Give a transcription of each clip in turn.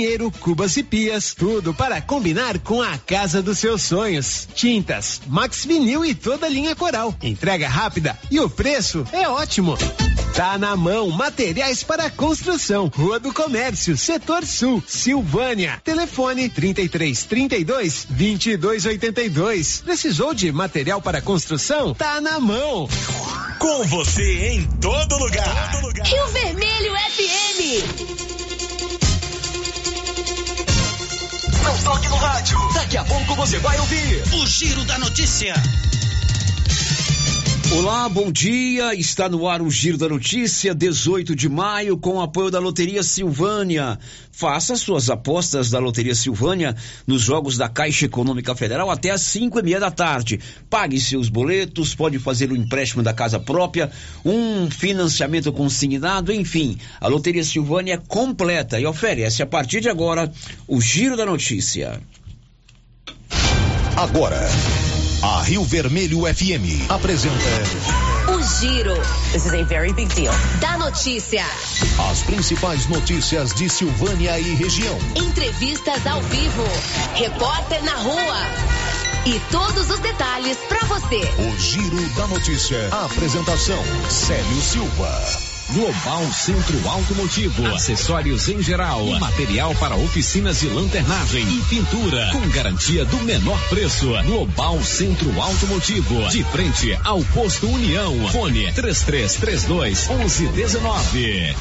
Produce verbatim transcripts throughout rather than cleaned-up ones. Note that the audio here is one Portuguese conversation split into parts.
Cubas e pias, tudo para combinar com a casa dos seus sonhos. Tintas, Max Vinil e toda a linha Coral. Entrega rápida e o preço é ótimo. Tá na mão, materiais para construção. Rua do Comércio, Setor Sul, Silvânia. Telefone trinta e três, trinta e dois, vinte e dois, oitenta e dois. Precisou de material para construção? Tá na mão. Com você em todo lugar. Todo lugar. Rio Vermelho F M. Não toque no rádio. Daqui a pouco você vai ouvir o Giro da Notícia. Olá, bom dia. Está no ar o Giro da Notícia, dezoito de maio, com o apoio da Loteria Silvânia. Faça suas apostas da Loteria Silvânia nos jogos da Caixa Econômica Federal até às cinco e meia da tarde. Pague seus boletos, pode fazer o empréstimo da casa própria, um financiamento consignado, enfim. A Loteria Silvânia é completa e oferece a partir de agora o Giro da Notícia. Agora, a Rio Vermelho F M apresenta o Giro. This is a very big deal. Da notícia. As principais notícias de Silvânia e região. Entrevistas ao vivo. Repórter na rua. E todos os detalhes para você. O Giro da Notícia. A apresentação: Célio Silva. Global Centro Automotivo, acessórios em geral, material para oficinas de lanternagem e pintura, com garantia do menor preço. Global Centro Automotivo, de frente ao posto União. Fone três três três dois, um um um nove.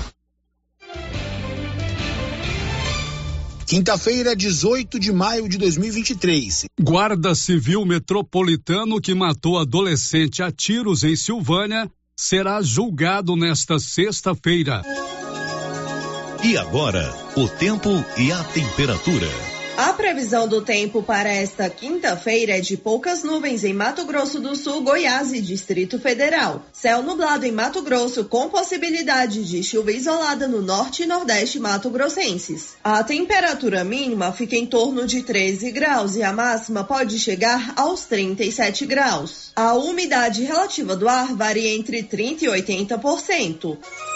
Quinta-feira, dezoito de maio de dois mil e vinte e três. Guarda Civil Metropolitano que matou adolescente a tiros em Silvânia será julgado nesta sexta-feira. E agora, o tempo e a temperatura. A previsão do tempo para esta quinta-feira é de poucas nuvens em Mato Grosso do Sul, Goiás e Distrito Federal. Céu nublado em Mato Grosso, com possibilidade de chuva isolada no norte e nordeste mato-grossenses. A temperatura mínima fica em torno de treze graus e a máxima pode chegar aos trinta e sete graus. A umidade relativa do ar varia entre trinta e oitenta por cento.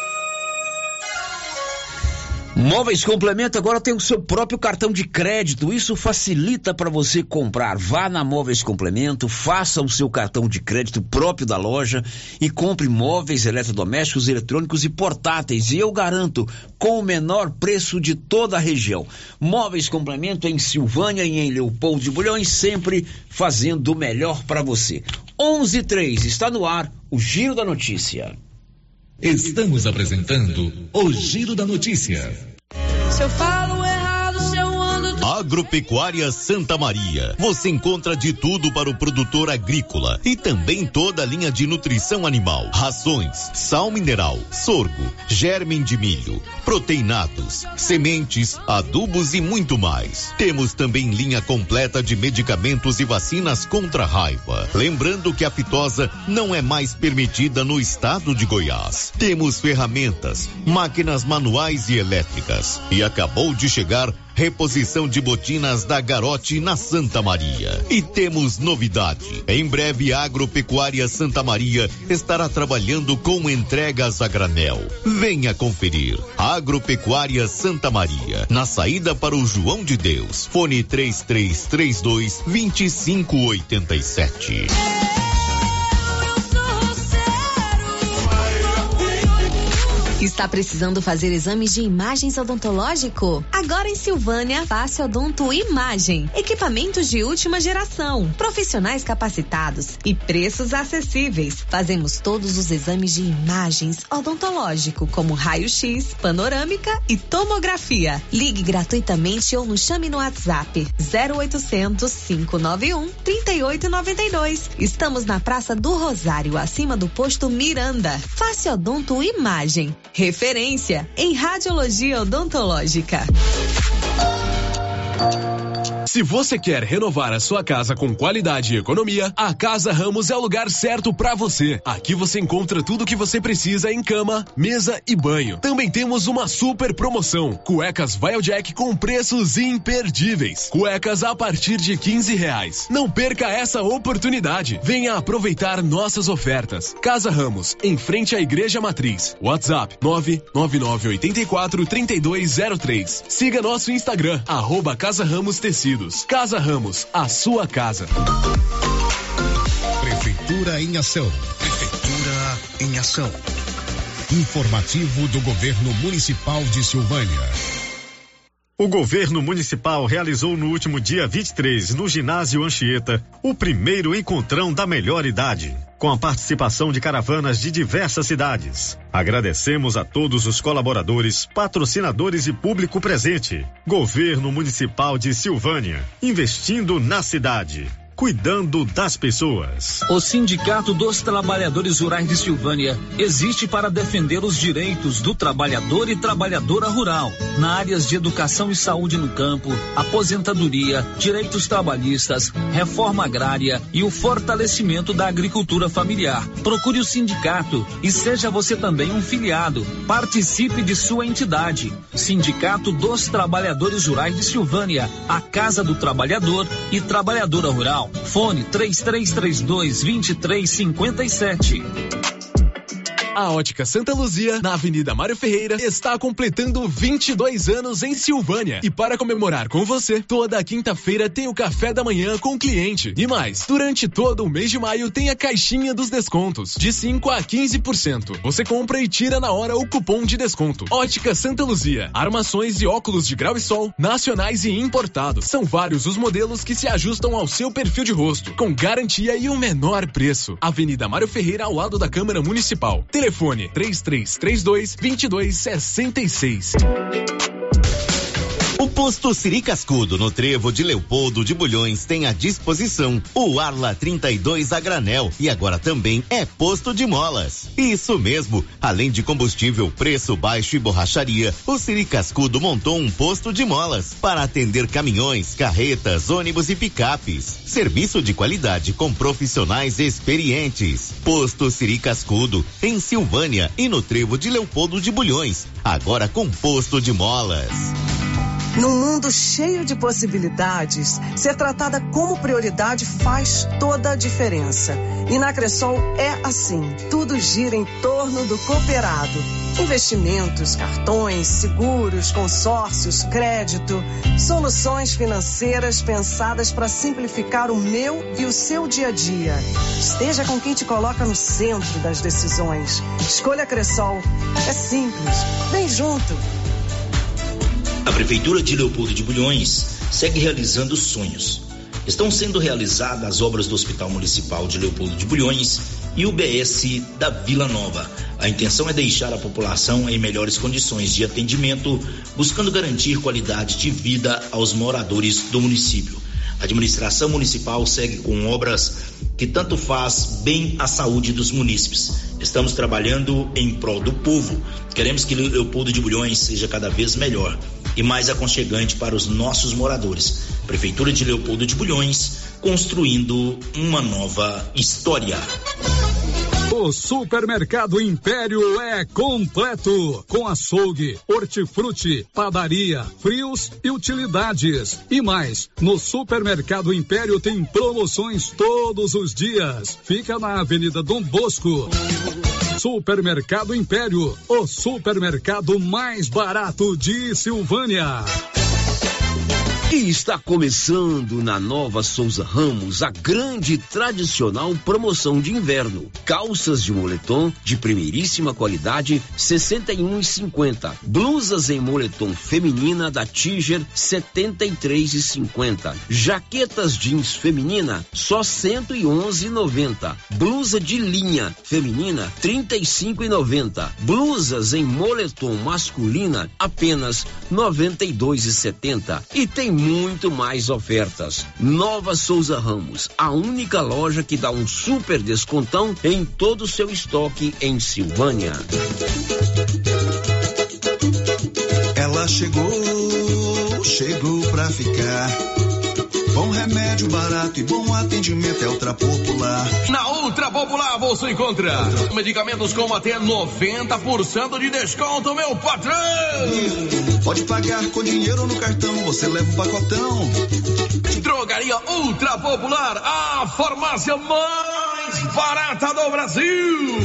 Móveis Complemento agora tem o seu próprio cartão de crédito. Isso facilita para você comprar. Vá na Móveis Complemento, faça o seu cartão de crédito próprio da loja e compre móveis eletrodomésticos, eletrônicos e portáteis. E eu garanto, com o menor preço de toda a região. Móveis Complemento em Silvânia e em Leopoldo de Bulhões, sempre fazendo o melhor para você. onze e três, está no ar o Giro da Notícia. Estamos apresentando o Giro da Notícia. Se eu falo errado, se eu ando... Agropecuária Santa Maria. Você encontra de tudo para o produtor agrícola e também toda a linha de nutrição animal. Rações, sal mineral, sorgo, germe de milho, proteinados, sementes, adubos e muito mais. Temos também linha completa de medicamentos e vacinas contra a raiva. Lembrando que a fitosa não é mais permitida no estado de Goiás. Temos ferramentas, máquinas manuais e elétricas. E acabou de chegar reposição de botinas da Garote na Santa Maria. E temos novidade. Em breve a Agropecuária Santa Maria estará trabalhando com entregas a granel. Venha conferir. Agropecuária Santa Maria, na saída para o João de Deus. Fone três três três dois, dois cinco oito sete. Está precisando fazer exames de imagens odontológico? Agora em Silvânia, Face Odonto Imagem. Equipamentos de última geração, profissionais capacitados e preços acessíveis. Fazemos todos os exames de imagens odontológico, como raio-x, panorâmica e tomografia. Ligue gratuitamente ou nos chame no WhatsApp zero oitocentos, cinco nove um, três oito nove dois. Estamos na Praça do Rosário, acima do posto Miranda. Face Odonto Imagem. Referência em radiologia odontológica. Se você quer renovar a sua casa com qualidade e economia, a Casa Ramos é o lugar certo para você. Aqui você encontra tudo o que você precisa em cama, mesa e banho. Também temos uma super promoção: cuecas Vilejack com preços imperdíveis. Cuecas a partir de quinze reais. Não perca essa oportunidade. Venha aproveitar nossas ofertas. Casa Ramos, em frente à Igreja Matriz. WhatsApp nove nove nove oito quatro, três dois zero três. Siga nosso Instagram, arroba Casa Ramos Tecidos. Casa Ramos, a sua casa. Prefeitura em ação. Prefeitura em ação. Informativo do Governo Municipal de Silvânia. O governo municipal realizou no último dia vinte e três, no ginásio Anchieta, o primeiro encontrão da melhor idade, com a participação de caravanas de diversas cidades. Agradecemos a todos os colaboradores, patrocinadores e público presente. Governo Municipal de Silvânia, investindo na cidade, cuidando das pessoas. O Sindicato dos Trabalhadores Rurais de Silvânia existe para defender os direitos do trabalhador e trabalhadora rural, na áreas de educação e saúde no campo, aposentadoria, direitos trabalhistas, reforma agrária e o fortalecimento da agricultura familiar. Procure o sindicato e seja você também um filiado. Participe de sua entidade. Sindicato dos Trabalhadores Rurais de Silvânia, a Casa do Trabalhador e Trabalhadora Rural. Fone três três três dois, dois três cinco sete. A Ótica Santa Luzia, na Avenida Mário Ferreira, está completando vinte e dois anos em Silvânia. E para comemorar com você, toda quinta-feira tem o café da manhã com o cliente. E mais, durante todo o mês de maio tem a caixinha dos descontos, de cinco a quinze por cento. Você compra e tira na hora o cupom de desconto. Ótica Santa Luzia, armações e óculos de grau e sol, nacionais e importados. São vários os modelos que se ajustam ao seu perfil de rosto, com garantia e o menor preço. Avenida Mário Ferreira, ao lado da Câmara Municipal. Telefone três três três dois, dois dois seis seis. O posto Siri Cascudo, no Trevo de Leopoldo de Bulhões, tem à disposição o Arla trinta e dois a granel e agora também é posto de molas. Isso mesmo, além de combustível, preço baixo e borracharia, o Siri Cascudo montou um posto de molas para atender caminhões, carretas, ônibus e picapes. Serviço de qualidade com profissionais experientes. Posto Siri Cascudo, em Silvânia e no Trevo de Leopoldo de Bulhões, agora com posto de molas. Num mundo cheio de possibilidades, ser tratada como prioridade faz toda a diferença. E na Cressol é assim, tudo gira em torno do cooperado. Investimentos, cartões, seguros, consórcios, crédito, soluções financeiras pensadas para simplificar o meu e o seu dia a dia. Esteja com quem te coloca no centro das decisões. Escolha a Cressol. É simples. Vem junto. A Prefeitura de Leopoldo de Bulhões segue realizando sonhos. Estão sendo realizadas as obras do Hospital Municipal de Leopoldo de Bulhões e o B S da Vila Nova. A intenção é deixar a população em melhores condições de atendimento, buscando garantir qualidade de vida aos moradores do município. A administração municipal segue com obras que tanto faz bem à saúde dos munícipes. Estamos trabalhando em prol do povo. Queremos que Leopoldo de Bulhões seja cada vez melhor e mais aconchegante para os nossos moradores. Prefeitura de Leopoldo de Bulhões, construindo uma nova história. O Supermercado Império é completo, com açougue, hortifruti, padaria, frios e utilidades. E mais, no Supermercado Império tem promoções todos os dias. Fica na Avenida Dom Bosco. Supermercado Império, o supermercado mais barato de Silvânia. E está começando na Nova Souza Ramos a grande e tradicional promoção de inverno. Calças de moletom de primeiríssima qualidade, sessenta e um e cinquenta. Blusas em moletom feminina da Tiger, setenta e três e cinquenta. Jaquetas jeans feminina, só cento e onze e noventa. Blusa de linha feminina, trinta e cinco e noventa. Blusas em moletom masculina, apenas noventa e dois e setenta. E tem muito mais ofertas. Nova Souza Ramos, a única loja que dá um super descontão em todo o seu estoque em Silvânia. Ela chegou, chegou pra ficar. Bom remédio, barato e bom atendimento é Ultra Popular. Na Ultra Popular você encontra Ultra. medicamentos com até noventa por cento de desconto, meu patrão. Pode pagar com dinheiro no cartão, você leva um pacotão. Drogaria Ultra Popular, a farmácia mais barata do Brasil.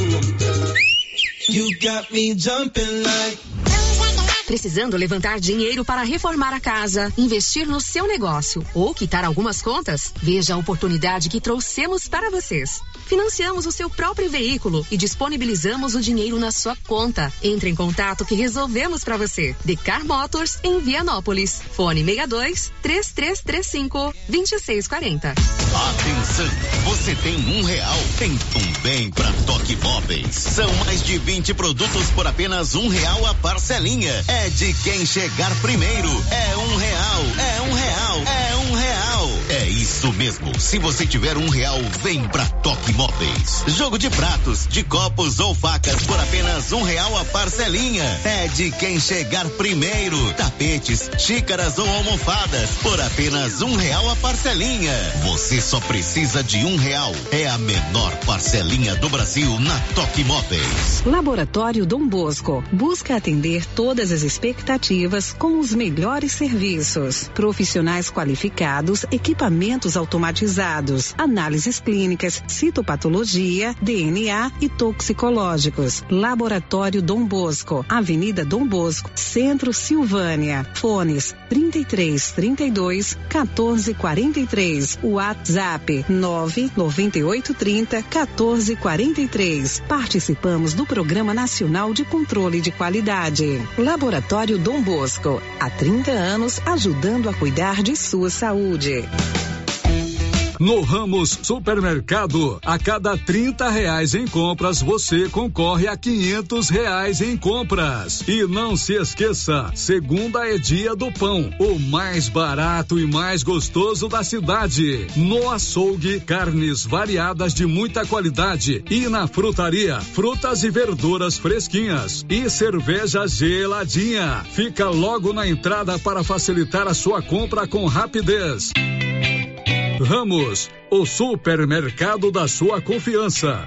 You got me jumping like... Precisando levantar dinheiro para reformar a casa, investir no seu negócio ou quitar algumas contas? Veja a oportunidade que trouxemos para vocês. Financiamos o seu próprio veículo e disponibilizamos o dinheiro na sua conta. Entre em contato que resolvemos para você. Decar Motors em Vianópolis. Fone seis dois, três três três cinco, dois seis quatro zero. Atenção, você tem um real? Então vem pra Toque Móveis. São mais de vinte produtos por apenas um real a parcelinha. É de quem chegar primeiro. É um real, é um real, é um real. É isso mesmo. Se você tiver um real, vem pra Toque Móveis. Jogo de pratos, de copos ou facas por apenas um real a parcelinha. É de quem chegar primeiro. Tapetes, xícaras ou almofadas por apenas um real a parcelinha. Você só precisa de um real. É a menor parcelinha do Brasil na Toque Móveis. Laboratório Dom Bosco busca atender todas as expectativas com os melhores serviços. Profissionais qualificados, equipamentos automatizados, análises clínicas, citopatologia, D N A e toxicológicos. Laboratório Dom Bosco, Avenida Dom Bosco, Centro Silvânia. Fones trinta e três, trinta e dois, quatorze, quarenta e três. WhatsApp nove nove oito, trinta, quatorze, quarenta e três. Participamos do Programa Nacional de Controle de Qualidade. Laboratório Dom Bosco, há trinta anos ajudando a cuidar de sua saúde. No Ramos Supermercado, a cada trinta reais em compras, você concorre a quinhentos reais em compras. E não se esqueça, segunda é dia do pão, o mais barato e mais gostoso da cidade. No açougue, carnes variadas de muita qualidade. E na frutaria, frutas e verduras fresquinhas. E cerveja geladinha. Fica logo na entrada para facilitar a sua compra com rapidez. Ramos, o supermercado da sua confiança.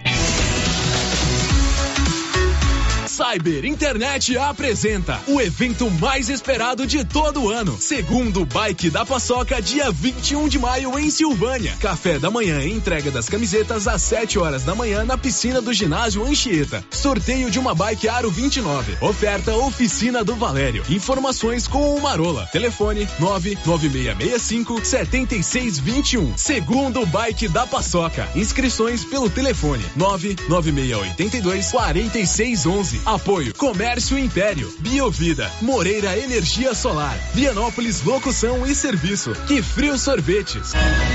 Cyber Internet apresenta o evento mais esperado de todo o ano. Segundo Bike da Paçoca, dia vinte e um de maio em Silvânia. Café da manhã e entrega das camisetas às sete horas da manhã na piscina do ginásio Anchieta. Sorteio de uma bike Aro vinte e nove. Oferta Oficina do Valério. Informações com o Marola. Telefone nove nove seis seis cinco, sete seis dois um. Segundo Bike da Paçoca. Inscrições pelo telefone nove nove seis oito dois, quatro seis um um. Apoio Comércio Império, Biovida, Moreira Energia Solar, Vianópolis Locução e Serviço, Que Frio Sorvetes.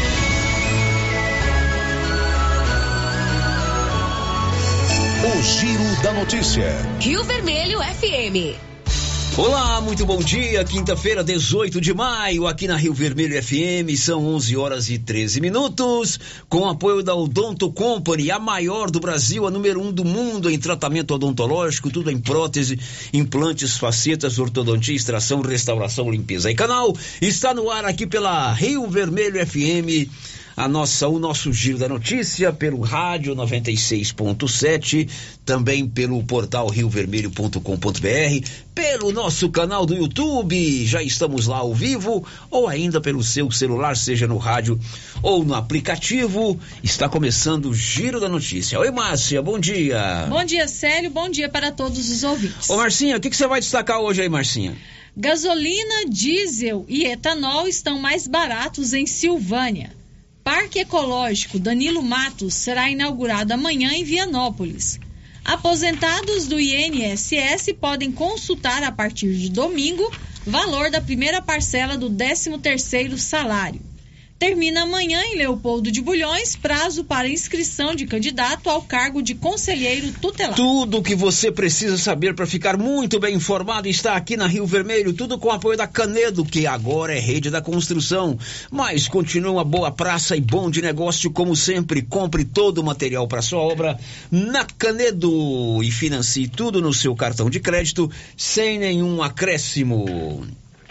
O Giro da Notícia. Rio Vermelho F M. Olá, muito bom dia, quinta-feira, dezoito de maio, aqui na Rio Vermelho F M, são onze horas e treze minutos, com apoio da Odonto Company, a maior do Brasil, a número um do mundo em tratamento odontológico, tudo em prótese, implantes, facetas, ortodontia, extração, restauração, limpeza e canal. Está no ar aqui pela Rio Vermelho F M, a nossa, o nosso Giro da Notícia, pelo rádio noventa e seis ponto sete, também pelo portal rio vermelho ponto com ponto b r, pelo nosso canal do YouTube, já estamos lá ao vivo, ou ainda pelo seu celular, seja no rádio ou no aplicativo. Está começando o Giro da Notícia. Oi, Márcia, bom dia. Bom dia, Célio, bom dia para todos os ouvintes. Ô, Marcinha, o que, que você vai destacar hoje aí, Marcinha? Gasolina, diesel e etanol estão mais baratos em Silvânia. Parque Ecológico Danilo Matos será inaugurado amanhã em Vianópolis. Aposentados do I N S S podem consultar a partir de domingo valor da primeira parcela do décimo terceiro salário. Termina amanhã em Leopoldo de Bulhões prazo para inscrição de candidato ao cargo de conselheiro tutelar. Tudo o que você precisa saber para ficar muito bem informado está aqui na Rio Vermelho, tudo com apoio da Canedo, que agora é rede da construção, mas continua uma boa praça e bom de negócio como sempre. Compre todo o material para sua obra na Canedo e financie tudo no seu cartão de crédito sem nenhum acréscimo.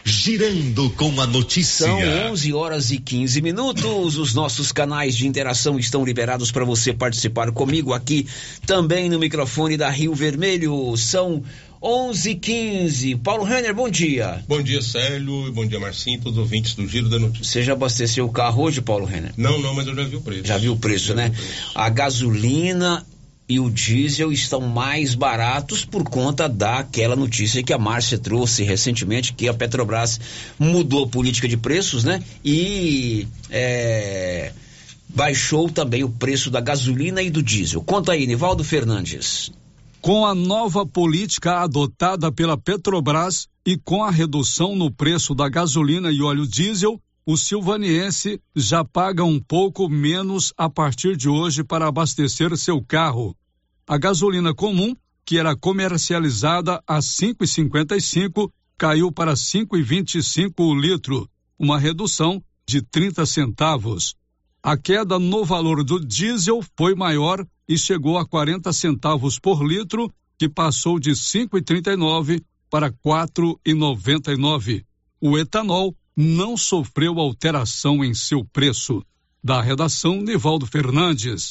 girando com a notícia. São onze horas e quinze minutos. Os nossos canais de interação estão liberados para você participar comigo aqui também no microfone da Rio Vermelho. São onze e quinze. Paulo Renner, bom dia. Bom dia, Célio. Bom dia, Marcinho, todos os ouvintes do Giro da Notícia. Você já abasteceu o carro hoje, Paulo Renner? Não, não, mas eu já vi o preço. Já viu o preço, já né? O preço. A gasolina e o diesel estão mais baratos por conta daquela notícia que a Márcia trouxe recentemente, que a Petrobras mudou a política de preços, né? E é, baixou também o preço da gasolina e do diesel. Conta aí, Nivaldo Fernandes. Com a nova política adotada pela Petrobras e com a redução no preço da gasolina e óleo diesel, o silvaniense já paga um pouco menos a partir de hoje para abastecer seu carro. A gasolina comum, que era comercializada a cinco reais e cinquenta e cinco centavos, caiu para cinco reais e vinte e cinco centavos o litro, uma redução de trinta centavos. A queda no valor do diesel foi maior e chegou a quarenta centavos por litro, que passou de cinco reais e trinta e nove centavos para quatro reais e noventa e nove centavos. O etanol não sofreu alteração em seu preço. Da redação, Nivaldo Fernandes.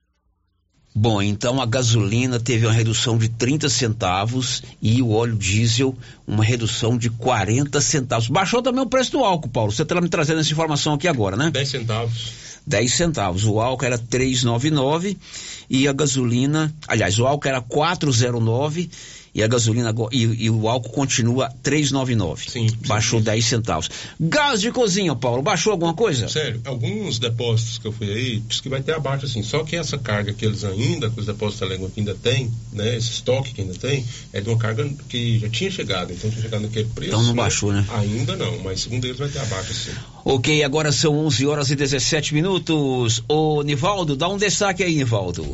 Bom, então a gasolina teve uma redução de trinta centavos e o óleo diesel uma redução de quarenta centavos. Baixou também o preço do álcool, Paulo. Você está me trazendo essa informação aqui agora, né? dez centavos. dez centavos. O álcool era três reais e noventa e nove centavos e a gasolina, aliás, o álcool era quatro reais e nove centavos e a gasolina e, e o álcool continua três reais e noventa e nove centavos. Sim. Baixou sim. dez centavos. Gás de cozinha, Paulo, baixou alguma coisa? Sério, alguns depósitos que eu fui aí, diz que vai ter abaixo assim, só que essa carga que eles ainda, que os depósitos da Légua que ainda tem, né, esse estoque que ainda tem, é de uma carga que já tinha chegado, então tinha chegado naquele preço. Então não baixou, né? Ainda não, mas segundo eles vai ter abaixo assim. Ok, agora são onze horas e dezessete minutos. Ô, Nivaldo, dá um destaque aí, Nivaldo.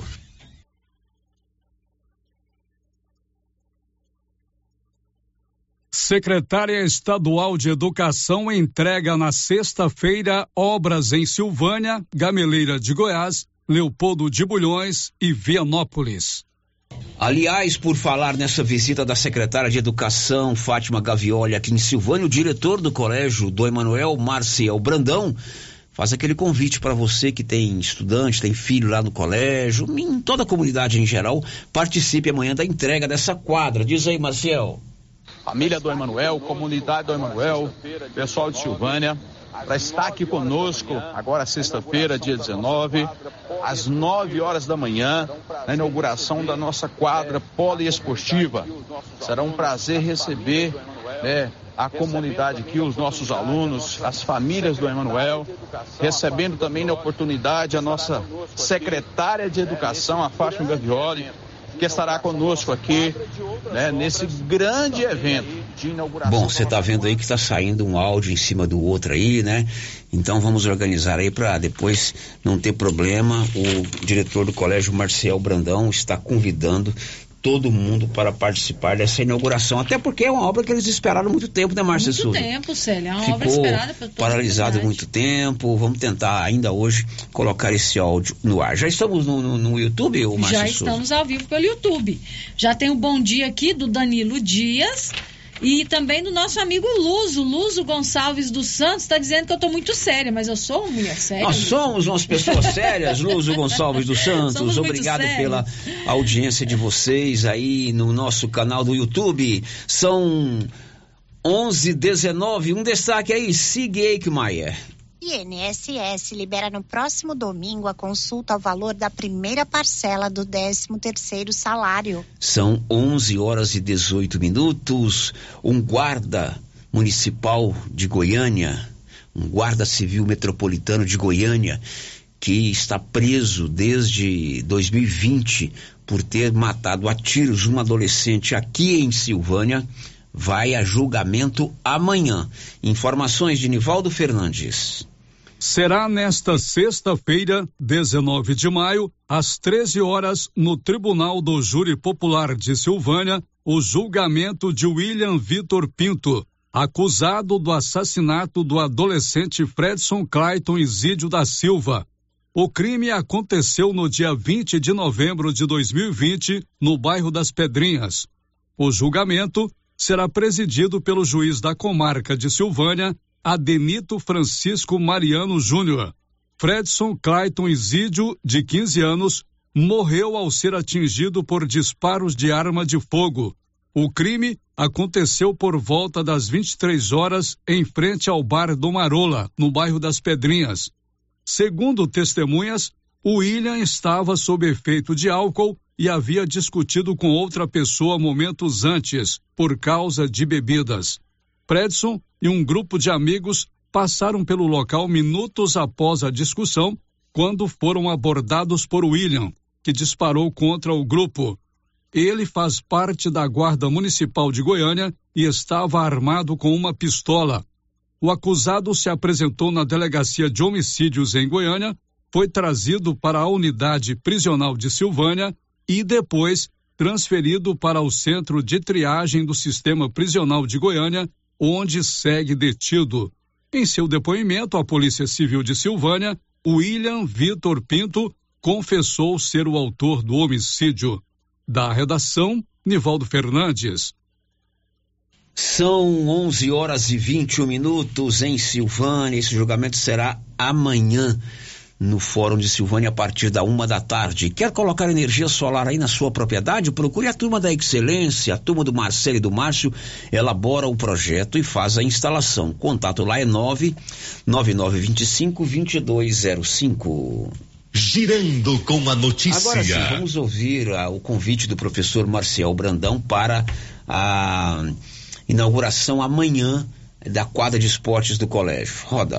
Secretária Estadual de Educação entrega na sexta-feira obras em Silvânia, Gameleira de Goiás, Leopoldo de Bulhões e Vianópolis. Aliás, por falar nessa visita da secretária de Educação, Fátima Gavioli, aqui em Silvânia, o diretor do colégio, Dom Emanuel Marcial Brandão, faz aquele convite para você que tem estudante, tem filho lá no colégio, em toda a comunidade em geral, participe amanhã da entrega dessa quadra. Diz aí, Marcial. Família do Emanuel, comunidade do Emanuel, pessoal de Silvânia, para estar aqui conosco agora sexta-feira, dia dezenove, às nove horas da manhã, na inauguração da nossa quadra poliesportiva. Será um prazer receber, né, a comunidade aqui, os nossos alunos, as famílias do Emanuel, recebendo também na oportunidade a nossa secretária de Educação, a Fátima Gavioli, que estará conosco aqui, né, nesse grande evento de inauguração. Bom, você está vendo aí que está saindo um áudio em cima do outro aí, né? Então vamos organizar aí para depois não ter problema. O diretor do colégio, Marcial Brandão, está convidando todo mundo para participar dessa inauguração, até porque é uma obra que eles esperaram muito tempo, né, Márcia Souza? Muito tempo, Célia, é uma Ficou obra esperada por toda paralisado muito tempo. Vamos tentar ainda hoje colocar esse áudio no ar. Já estamos no, no, no YouTube, ou Márcia Já Souza? estamos ao vivo pelo YouTube. Já tem um bom dia aqui do Danilo Dias e também do nosso amigo Luzo, Luzo Gonçalves dos Santos, está dizendo que eu estou muito séria, mas eu sou uma mulher séria. Nós somos umas pessoas sérias, Luzo Gonçalves dos Santos. Obrigado pela audiência de vocês aí no nosso canal do YouTube. São onze e dezenove. Um destaque aí, Sig Eichmeier. I N S S libera no próximo domingo a consulta ao valor da primeira parcela do décimo terceiro salário. São onze horas e dezoito minutos. Um guarda municipal de Goiânia, um guarda civil metropolitano de Goiânia, que está preso desde dois mil e vinte por ter matado a tiros um adolescente aqui em Silvânia, vai a julgamento amanhã. Informações de Nivaldo Fernandes. Será nesta sexta-feira, dezenove de maio, às treze horas, no Tribunal do Júri Popular de Silvânia, o julgamento de William Vitor Pinto, acusado do assassinato do adolescente Fredson Clayton Isídio da Silva. O crime aconteceu no dia vinte de novembro de dois mil e vinte, no bairro das Pedrinhas. O julgamento será presidido pelo juiz da comarca de Silvânia, Adenito Francisco Mariano Júnior. Fredson Clayton Isídio, de quinze anos, morreu ao ser atingido por disparos de arma de fogo. O crime aconteceu por volta das vinte e três horas em frente ao bar do Marola, no bairro das Pedrinhas. Segundo testemunhas, o William estava sob efeito de álcool e havia discutido com outra pessoa momentos antes, por causa de bebidas. Fredson e um grupo de amigos passaram pelo local minutos após a discussão, quando foram abordados por William, que disparou contra o grupo. Ele faz parte da Guarda Municipal de Goiânia e estava armado com uma pistola. O acusado se apresentou na Delegacia de Homicídios em Goiânia, foi trazido para a unidade prisional de Silvânia e depois transferido para o Centro de Triagem do Sistema Prisional de Goiânia, onde segue detido. Em seu depoimento à Polícia Civil de Silvânia, William Vitor Pinto confessou ser o autor do homicídio. Da redação, Nivaldo Fernandes. São onze horas e vinte e um minutos em Silvânia. Esse julgamento será amanhã no Fórum de Silvânia a partir da uma da tarde. Quer colocar energia solar aí na sua propriedade? Procure a turma da Excelência, a turma do Marcelo e do Márcio, elabora o projeto e faz a instalação. Contato lá é nove nove nove dois cinco dois dois zero cinco. Girando com a notícia. Agora sim, vamos ouvir ah, o convite do professor Marcial Brandão para a inauguração amanhã da quadra de esportes do colégio. Roda.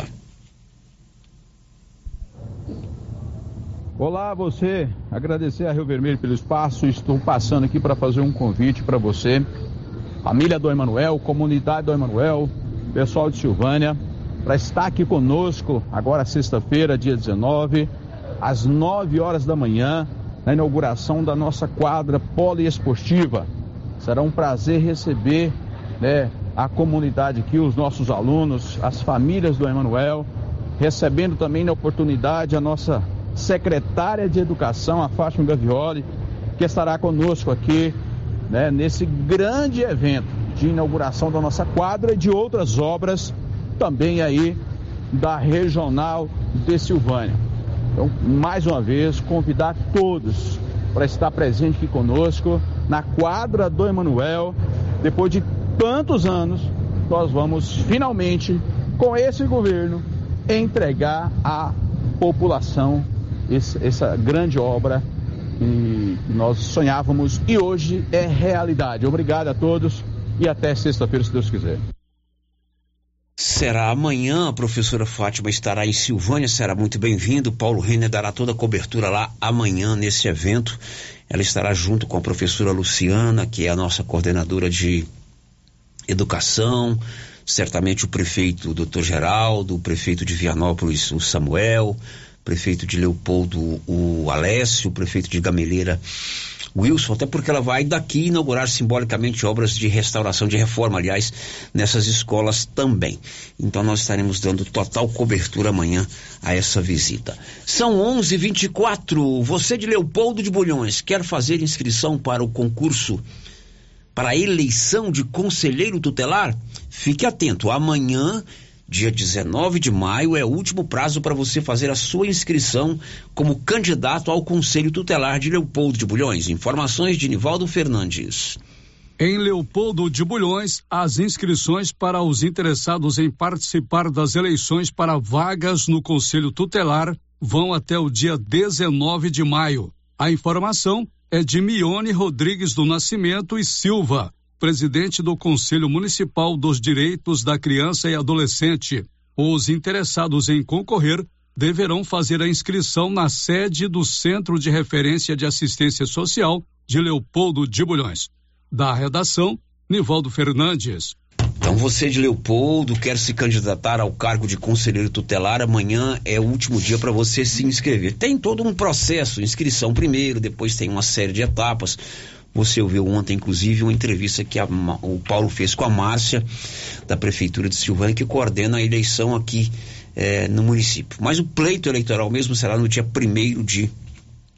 Olá, você. Agradecer a Rio Vermelho pelo espaço. Estou passando aqui para fazer um convite para você, família do Emanuel, comunidade do Emanuel, pessoal de Silvânia, para estar aqui conosco agora sexta-feira, dia dezenove, às nove horas da manhã, na inauguração da nossa quadra poliesportiva. Será um prazer receber, né, a comunidade aqui, os nossos alunos, as famílias do Emanuel, recebendo também na oportunidade a nossa secretária de Educação, a Fátima Gavioli, que estará conosco aqui, né, nesse grande evento de inauguração da nossa quadra e de outras obras também aí da Regional de Silvânia. Então, mais uma vez, convidar todos para estar presente aqui conosco na quadra do Emanuel. Depois de tantos anos, nós vamos finalmente, com esse governo, entregar à população esse, essa grande obra que nós sonhávamos e hoje é realidade. Obrigado a todos e até sexta-feira, se Deus quiser. Será amanhã, a professora Fátima estará em Silvânia, será muito bem-vindo. Paulo Renner dará toda a cobertura lá amanhã nesse evento. Ela estará junto com a professora Luciana, que é a nossa coordenadora de educação, certamente o prefeito doutor Geraldo, o prefeito de Vianópolis, o Samuel, prefeito de Leopoldo, o Alessio, o prefeito de Gameleira, Wilson, até porque ela vai daqui inaugurar simbolicamente obras de restauração, de reforma, aliás, nessas escolas também. Então nós estaremos dando total cobertura amanhã a essa visita. São onze e vinte e quatro. Você de Leopoldo de Bulhões quer fazer inscrição para o concurso para a eleição de conselheiro tutelar? Fique atento, amanhã, dia dezenove de maio, é o último prazo para você fazer a sua inscrição como candidato ao Conselho Tutelar de Leopoldo de Bulhões. Informações de Nivaldo Fernandes. Em Leopoldo de Bulhões, as inscrições para os interessados em participar das eleições para vagas no Conselho Tutelar vão até o dia dezenove de maio. A informação é de Mione Rodrigues do Nascimento e Silva, presidente do Conselho Municipal dos Direitos da Criança e Adolescente. Os interessados em concorrer deverão fazer a inscrição na sede do Centro de Referência de Assistência Social de Leopoldo de Bulhões. Da redação, Nivaldo Fernandes. Então você de Leopoldo quer se candidatar ao cargo de conselheiro tutelar, amanhã é o último dia para você se inscrever. Tem todo um processo, inscrição primeiro, depois tem uma série de etapas. Você ouviu ontem, inclusive, uma entrevista que a, o Paulo fez com a Márcia, da Prefeitura de Silvânia, que coordena a eleição aqui eh, no município. Mas o pleito eleitoral mesmo será no dia primeiro de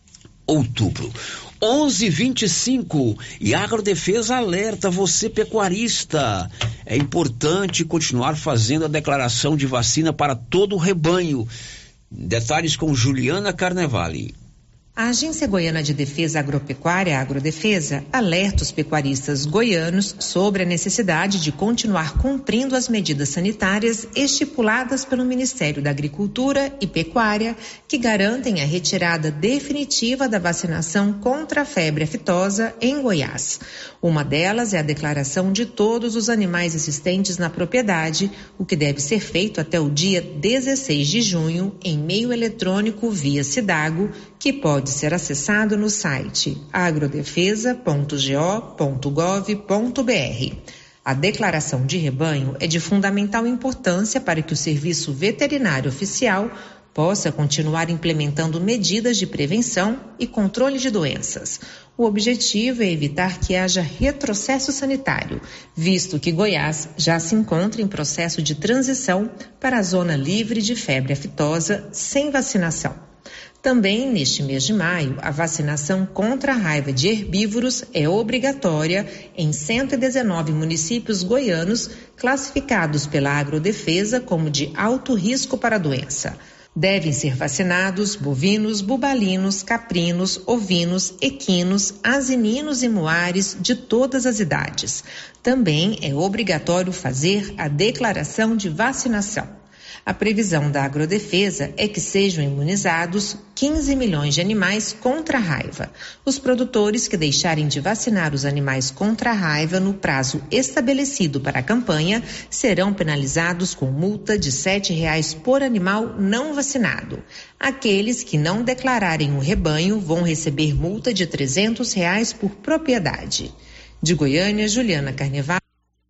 outubro. onze e vinte e cinco e a Agrodefesa alerta você pecuarista. É importante continuar fazendo a declaração de vacina para todo o rebanho. Detalhes com Juliana Carnevale. A Agência Goiana de Defesa Agropecuária, Agrodefesa, alerta os pecuaristas goianos sobre a necessidade de continuar cumprindo as medidas sanitárias estipuladas pelo Ministério da Agricultura e Pecuária, que garantem a retirada definitiva da vacinação contra a febre aftosa em Goiás. Uma delas é a declaração de todos os animais existentes na propriedade, o que deve ser feito até o dia dezesseis de junho em meio eletrônico via Cidago, que pode ser acessado no site agrodefesa ponto go ponto gov ponto br. A declaração de rebanho é de fundamental importância para que o Serviço Veterinário Oficial possa continuar implementando medidas de prevenção e controle de doenças. O objetivo é evitar que haja retrocesso sanitário, visto que Goiás já se encontra em processo de transição para a zona livre de febre aftosa sem vacinação. Também, neste mês de maio, a vacinação contra a raiva de herbívoros é obrigatória em cento e dezenove municípios goianos classificados pela Agrodefesa como de alto risco para a doença. Devem ser vacinados bovinos, bubalinos, caprinos, ovinos, equinos, asininos e muares de todas as idades. Também é obrigatório fazer a declaração de vacinação. A previsão da Agrodefesa é que sejam imunizados quinze milhões de animais contra a raiva. Os produtores que deixarem de vacinar os animais contra a raiva no prazo estabelecido para a campanha serão penalizados com multa de sete reais por animal não vacinado. Aqueles que não declararem o rebanho vão receber multa de trezentos reais por propriedade. De Goiânia, Juliana Carnevale.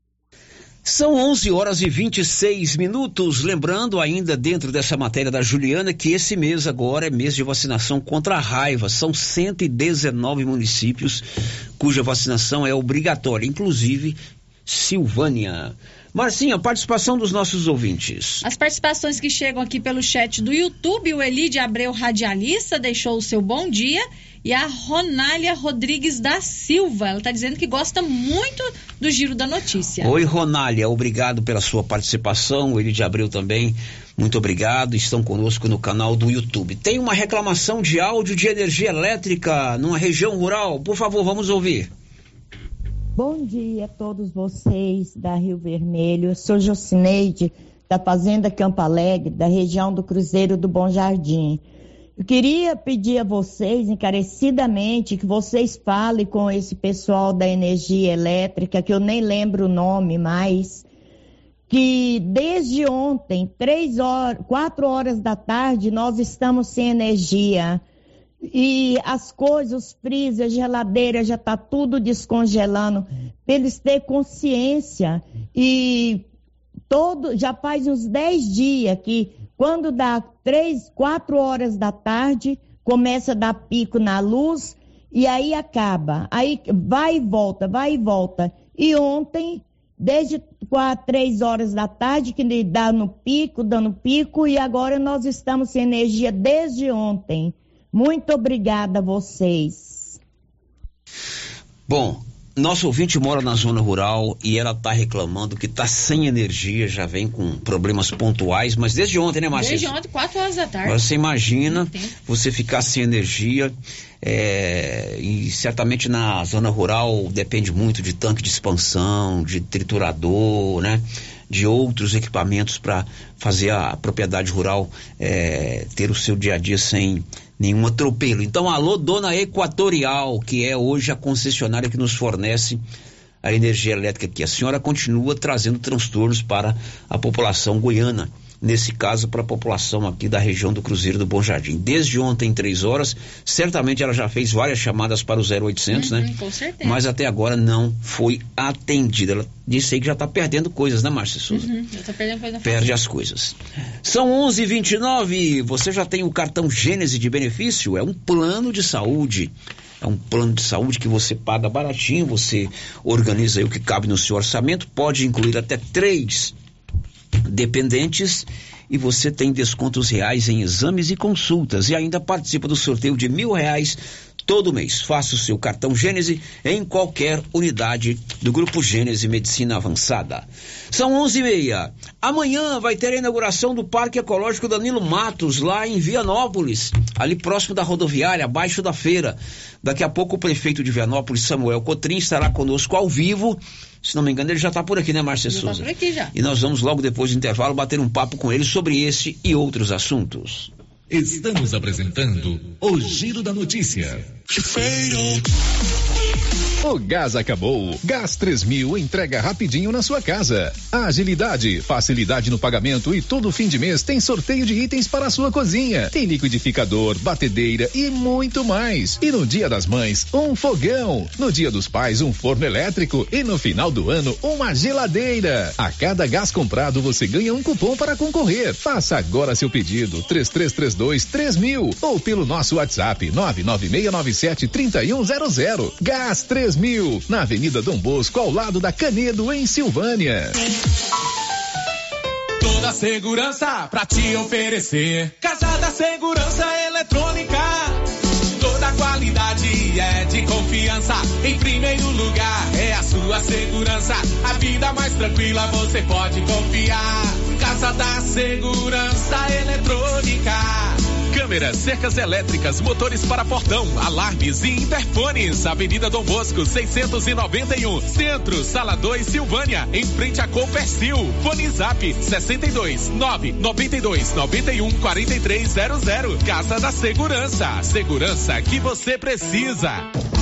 São onze horas e vinte e seis minutos, lembrando ainda dentro dessa matéria da Juliana que esse mês agora é mês de vacinação contra a raiva. São cento e dezenove municípios cuja vacinação é obrigatória, inclusive Silvânia. Marcinha, participação dos nossos ouvintes. As participações que chegam aqui pelo chat do YouTube, o Elide Abreu Radialista deixou o seu bom dia e a Ronália Rodrigues da Silva, ela está dizendo que gosta muito do Giro da Notícia. Oi, Ronália, obrigado pela sua participação, o Elide Abreu também, muito obrigado, estão conosco no canal do YouTube. Tem uma reclamação de áudio de energia elétrica numa região rural, por favor, vamos ouvir. Bom dia a todos vocês da Rio Vermelho. Eu sou Jocineide, da Fazenda Campo Alegre, da região do Cruzeiro do Bom Jardim. Eu queria pedir a vocês, encarecidamente, que vocês falem com esse pessoal da energia elétrica, que eu nem lembro o nome mais, que desde ontem, três horas, quatro horas da tarde, nós estamos sem energia. E as coisas, os freezer, a geladeira, já está tudo descongelando, para eles terem consciência. E todo, já faz uns dez dias que, quando dá três, quatro horas da tarde, começa a dar pico na luz e aí acaba. Aí vai e volta, vai e volta. E ontem, desde quatro, três horas da tarde, que dá no pico, dando pico, e agora nós estamos sem energia desde ontem. Muito obrigada a vocês. Bom, nosso ouvinte mora na zona rural e ela está reclamando que está sem energia, já vem com problemas pontuais, mas desde ontem, né, Márcia? Desde ontem, quatro horas da tarde. Agora você imagina você ficar sem energia, é, e certamente na zona rural depende muito de tanque de expansão, de triturador, né? De outros equipamentos para fazer a propriedade rural é, ter o seu dia a dia sem nenhum atropelo. Então, alô, dona Equatorial, que é hoje a concessionária que nos fornece a energia elétrica aqui. A senhora continua trazendo transtornos para a população goiana. Nesse caso, para a população aqui da região do Cruzeiro do Bom Jardim. Desde ontem, três horas, certamente ela já fez várias chamadas para o zero oitocentos, uhum, né? Com certeza. Mas até agora não foi atendida. Ela disse aí que já está perdendo coisas, né, Márcia Souza? Uhum, já está perdendo coisa. Perde as coisas. São onze e vinte e nove, você já tem o cartão Gênese de benefício? É um plano de saúde. É um plano de saúde que você paga baratinho, você organiza aí o que cabe no seu orçamento, pode incluir até três dependentes e você tem descontos reais em exames e consultas e ainda participa do sorteio de mil reais todo mês. Faça o seu cartão Gênese em qualquer unidade do Grupo Gênese Medicina Avançada. São onze e meia. Amanhã vai ter a inauguração do Parque Ecológico Danilo Matos, lá em Vianópolis, ali próximo da rodoviária, abaixo da feira. Daqui a pouco o prefeito de Vianópolis, Samuel Cotrim, estará conosco ao vivo. Se não me engano, ele já está por aqui, né, Márcia Souza? Já está por aqui já. E nós vamos logo depois do intervalo bater um papo com ele sobre esse e outros assuntos. Estamos apresentando o Giro da Notícia. O gás acabou. Gás três mil entrega rapidinho na sua casa. Agilidade, facilidade no pagamento e todo fim de mês tem sorteio de itens para a sua cozinha. Tem liquidificador, batedeira e muito mais. E no Dia das Mães, um fogão. No Dia dos Pais, um forno elétrico. E no final do ano, uma geladeira. A cada gás comprado, você ganha um cupom para concorrer. Faça agora seu pedido. três três três dois três mil ou pelo nosso WhatsApp nove nove seis nove sete três um zero zero. Gás três mil, na Avenida Dom Bosco, ao lado da Canedo, em Silvânia. Toda segurança pra te oferecer. Casa da Segurança Eletrônica. Toda qualidade é de confiança. Em primeiro lugar é a sua segurança. A vida mais tranquila você pode confiar. Casa da Segurança Eletrônica. Câmeras, cercas elétricas, motores para portão, alarmes e interfones. Avenida Dom Bosco, seiscentos e noventa e um, Centro, Sala dois, Silvânia, em frente a Copercil. Fone Zap sessenta e dois, nove noventa e dois, noventa e um, quarenta e três zero zero. Casa da Segurança, segurança que você precisa.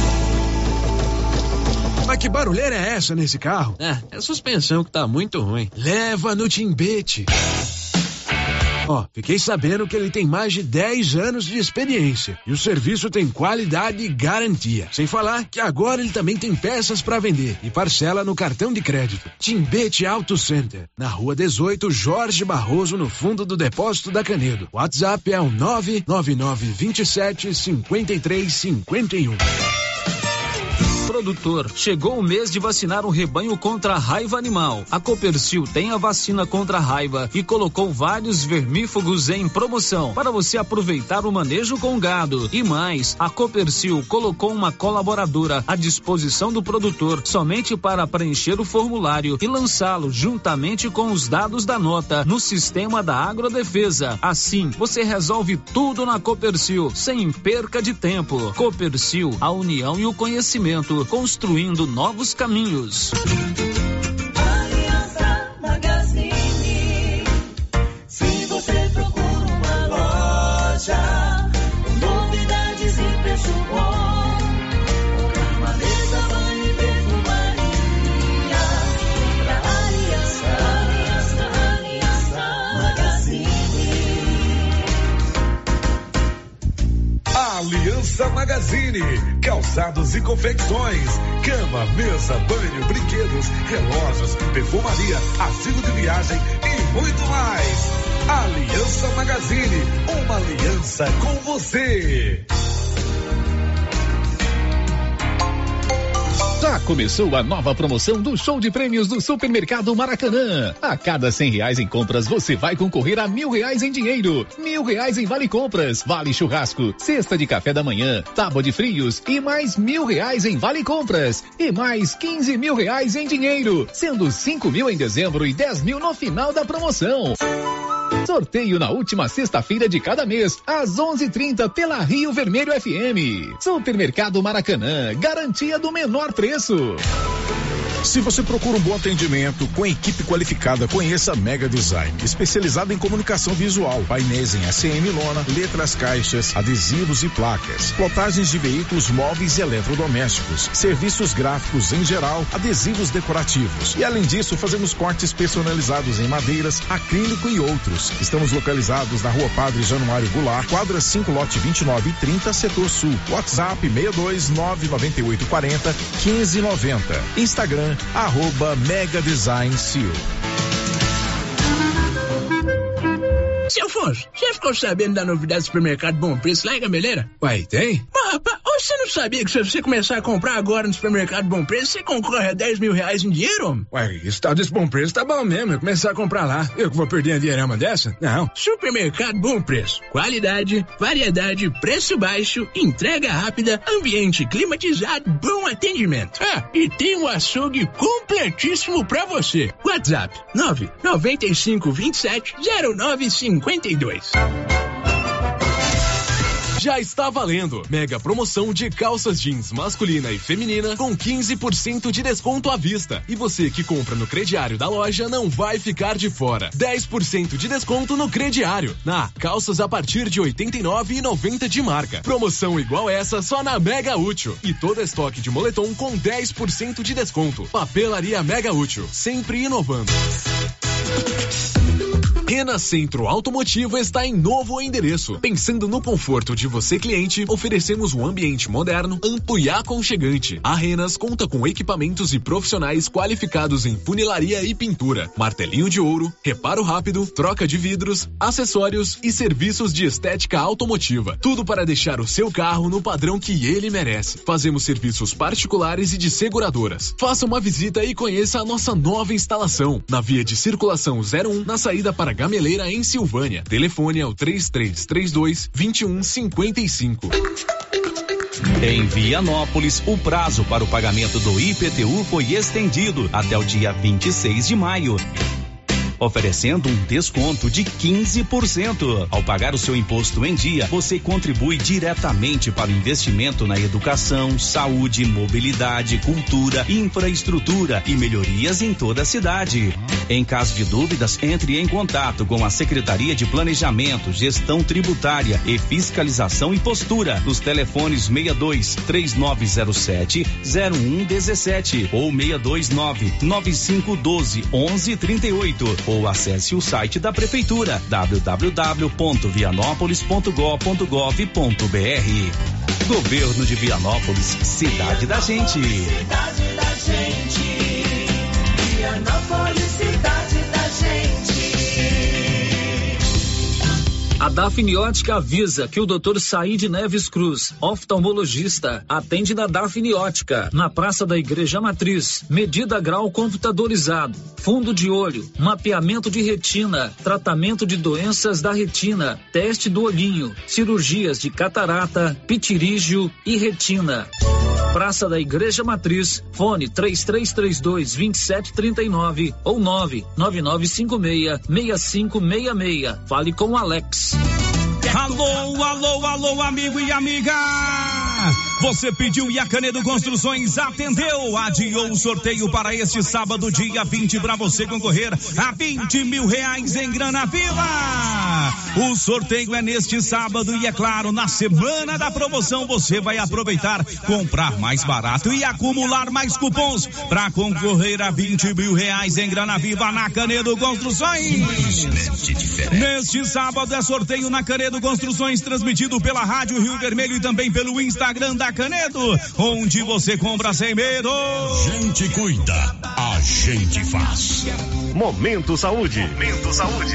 Mas que barulheira é essa nesse carro? É, é a suspensão que tá muito ruim. Leva no Timbete. Ó, oh, fiquei sabendo que ele tem mais de dez anos de experiência e o serviço tem qualidade e garantia. Sem falar que agora ele também tem peças para vender e parcela no cartão de crédito. Timbete Auto Center, na Rua dezoito, Jorge Barroso, no fundo do depósito da Canedo. O WhatsApp é o nove nove nove dois sete cinco três cinco um. Produtor, chegou o mês de vacinar o rebanho contra a raiva animal. A Copercil tem a vacina contra a raiva e colocou vários vermífugos em promoção para você aproveitar o manejo com gado. E mais, a Copercil colocou uma colaboradora à disposição do produtor somente para preencher o formulário e lançá-lo juntamente com os dados da nota no sistema da Agrodefesa. Assim, você resolve tudo na Copercil sem perca de tempo. Copercil, a união e o conhecimento, construindo novos caminhos. Aliança Magazine. Se você procura uma loja, novidades e preço bom, cama, mesa, banho e perfumaria, pra Aliança, Aliança, Aliança Magazine. Aliança Magazine, calçados e confecções, cama, mesa, banho, brinquedos, relógios, perfumaria, artigo de viagem e muito mais. Aliança Magazine, uma aliança com você. Já começou a nova promoção do show de prêmios do Supermercado Maracanã. A cada cem reais em compras, você vai concorrer a mil reais em dinheiro, mil reais em vale compras, vale churrasco, cesta de café da manhã, tábua de frios e mais mil reais em vale compras e mais quinze mil reais em dinheiro, sendo cinco mil em dezembro e dez mil no final da promoção. Sorteio na última sexta-feira de cada mês, às onze e trinta pela Rio Vermelho F M. Supermercado Maracanã, garantia do menor preço. Se você procura um bom atendimento com equipe qualificada, conheça a Mega Design, especializada em comunicação visual, painéis em A C M lona, letras, caixas, adesivos e placas, plotagens de veículos móveis e eletrodomésticos, serviços gráficos em geral, adesivos decorativos. E além disso, fazemos cortes personalizados em madeiras, acrílico e outros. Estamos localizados na Rua Padre Januário Goulart, quadra cinco, lote vinte e nove e trinta, setor sul. WhatsApp seis dois nove nove oito quatro zero um cinco nove zero. Instagram arroba Mega Design Seal. Seu Afonso, você ficou sabendo da novidade do supermercado Bom Preço lá em Gameleira? Uai, tem? Ah, rapaz, Você não sabia que se você começar a comprar agora no supermercado Bom Preço, você concorre a dez mil reais em dinheiro? Ué, esse tal desse Bom Preço tá bom mesmo, eu começar a comprar lá. Eu que vou perder a dinheirama dessa? Não. Supermercado Bom Preço. Qualidade, variedade, preço baixo, entrega rápida, ambiente climatizado, bom atendimento. Ah, e tem um açougue completíssimo pra você. WhatsApp nove nove cinco dois sete zero nove cinco dois. Já está valendo. Mega promoção de calças jeans masculina e feminina com quinze por cento de desconto à vista. E você que compra no crediário da loja não vai ficar de fora. dez por cento de desconto no crediário. Na calças a partir de oitenta e nove reais e noventa centavos de marca. Promoção igual essa só na Mega Útil. E todo estoque de moletom com dez por cento de desconto. Papelaria Mega Útil. Sempre inovando. Rena Centro Automotivo está em novo endereço. Pensando no conforto de você, cliente, oferecemos um ambiente moderno, amplo e aconchegante. A Renas conta com equipamentos e profissionais qualificados em funilaria e pintura, martelinho de ouro, reparo rápido, troca de vidros, acessórios e serviços de estética automotiva. Tudo para deixar o seu carro no padrão que ele merece. Fazemos serviços particulares e de seguradoras. Faça uma visita e conheça a nossa nova instalação. Na via de circulação zero um, na saída para Gameleira, em Silvânia. Telefone é o três três três dois, dois um cinco cinco. Em Vianópolis, o prazo para o pagamento do I P T U foi estendido até o dia vinte e seis de maio. Oferecendo um desconto de quinze por cento. Ao pagar o seu imposto em dia, você contribui diretamente para o investimento na educação, saúde, mobilidade, cultura, infraestrutura e melhorias em toda a cidade. Em caso de dúvidas, entre em contato com a Secretaria de Planejamento, Gestão Tributária e Fiscalização e Postura nos telefones seis dois, três nove zero sete, zero um um sete ou seis dois nove, nove cinco um dois, onze trinta e oito. Ou acesse o site da Prefeitura w w w ponto vianópolis ponto gov ponto br. Governo de Vianópolis, cidade da gente. Cidade da gente. Vianópolis, cidade da gente. A Dafniótica avisa que o doutor Saíde Neves Cruz, oftalmologista, atende na Dafniótica, na Praça da Igreja Matriz. Medida grau computadorizado, fundo de olho, mapeamento de retina, tratamento de doenças da retina, teste do olhinho, cirurgias de catarata, pitirígio e retina. Praça da Igreja Matriz, fone três três três dois, dois sete três nove ou nove nove nove cinco seis, seis cinco seis seis. Fale com o Alex. Alô, alô, alô, amigo e amiga! Você pediu e a Canedo Construções atendeu. Adiou o sorteio para este sábado, dia vinte, para você concorrer a vinte mil reais em grana viva. O sorteio é neste sábado e, é claro, na semana da promoção você vai aproveitar, comprar mais barato e acumular mais cupons para concorrer a vinte mil reais em grana viva na Canedo Construções. Neste sábado é sorteio na Canedo Construções, transmitido pela Rádio Rio Vermelho e também pelo Instagram da Canedo, onde você compra sem medo. Gente cuida, a gente faz. Momento Saúde. Momento Saúde.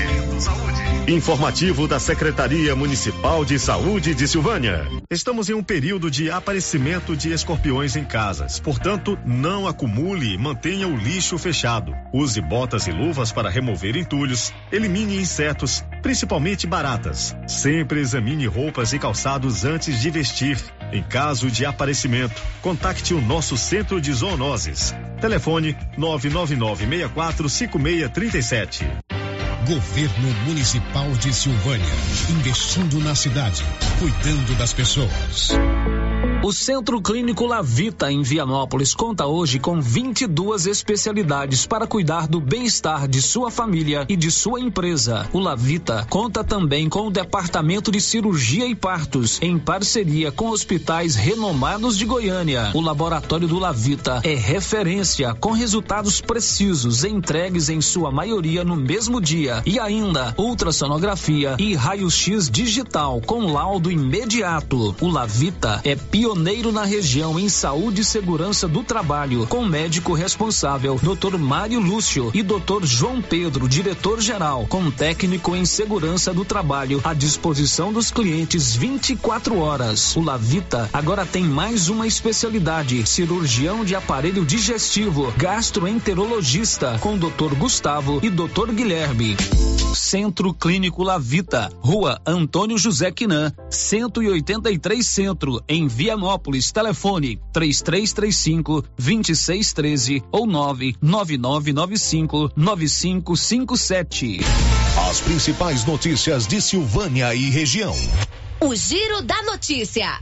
Informativo da Secretaria Municipal de Saúde de Silvânia. Estamos em um período de aparecimento de escorpiões em casas. Portanto, não acumule e mantenha o lixo fechado. Use botas e luvas para remover entulhos. Elimine insetos, principalmente baratas. Sempre examine roupas e calçados antes de vestir. Em caso de aparecimento, contacte o nosso centro de zoonoses. Telefone nove nove nove, seis quatro cinco seis três sete. Governo Municipal de Silvânia, investindo na cidade, cuidando das pessoas. O Centro Clínico Lavita, em Vianópolis, conta hoje com vinte e duas especialidades para cuidar do bem-estar de sua família e de sua empresa. O Lavita conta também com o Departamento de Cirurgia e Partos, em parceria com hospitais renomados de Goiânia. O Laboratório do Lavita é referência, com resultados precisos, entregues em sua maioria no mesmo dia. E ainda, ultrassonografia e raio-x digital, com laudo imediato. O Lavita é pioneiro pioneiro na região em saúde e segurança do trabalho, com médico responsável, doutor Mário Lúcio, e doutor João Pedro, diretor-geral, com técnico em segurança do trabalho, à disposição dos clientes vinte e quatro horas. O Lavita agora tem mais uma especialidade: cirurgião de aparelho digestivo, gastroenterologista, com doutor Gustavo e doutor Guilherme. Centro Clínico Lavita, Rua Antônio José Quinan, cento e oitenta e três Centro, em Vianópolis. Telefone três três três cinco, dois seis um três ou nove nove nove nove cinco nove cinco cinco sete. As principais notícias de Silvânia e região. O Giro da Notícia.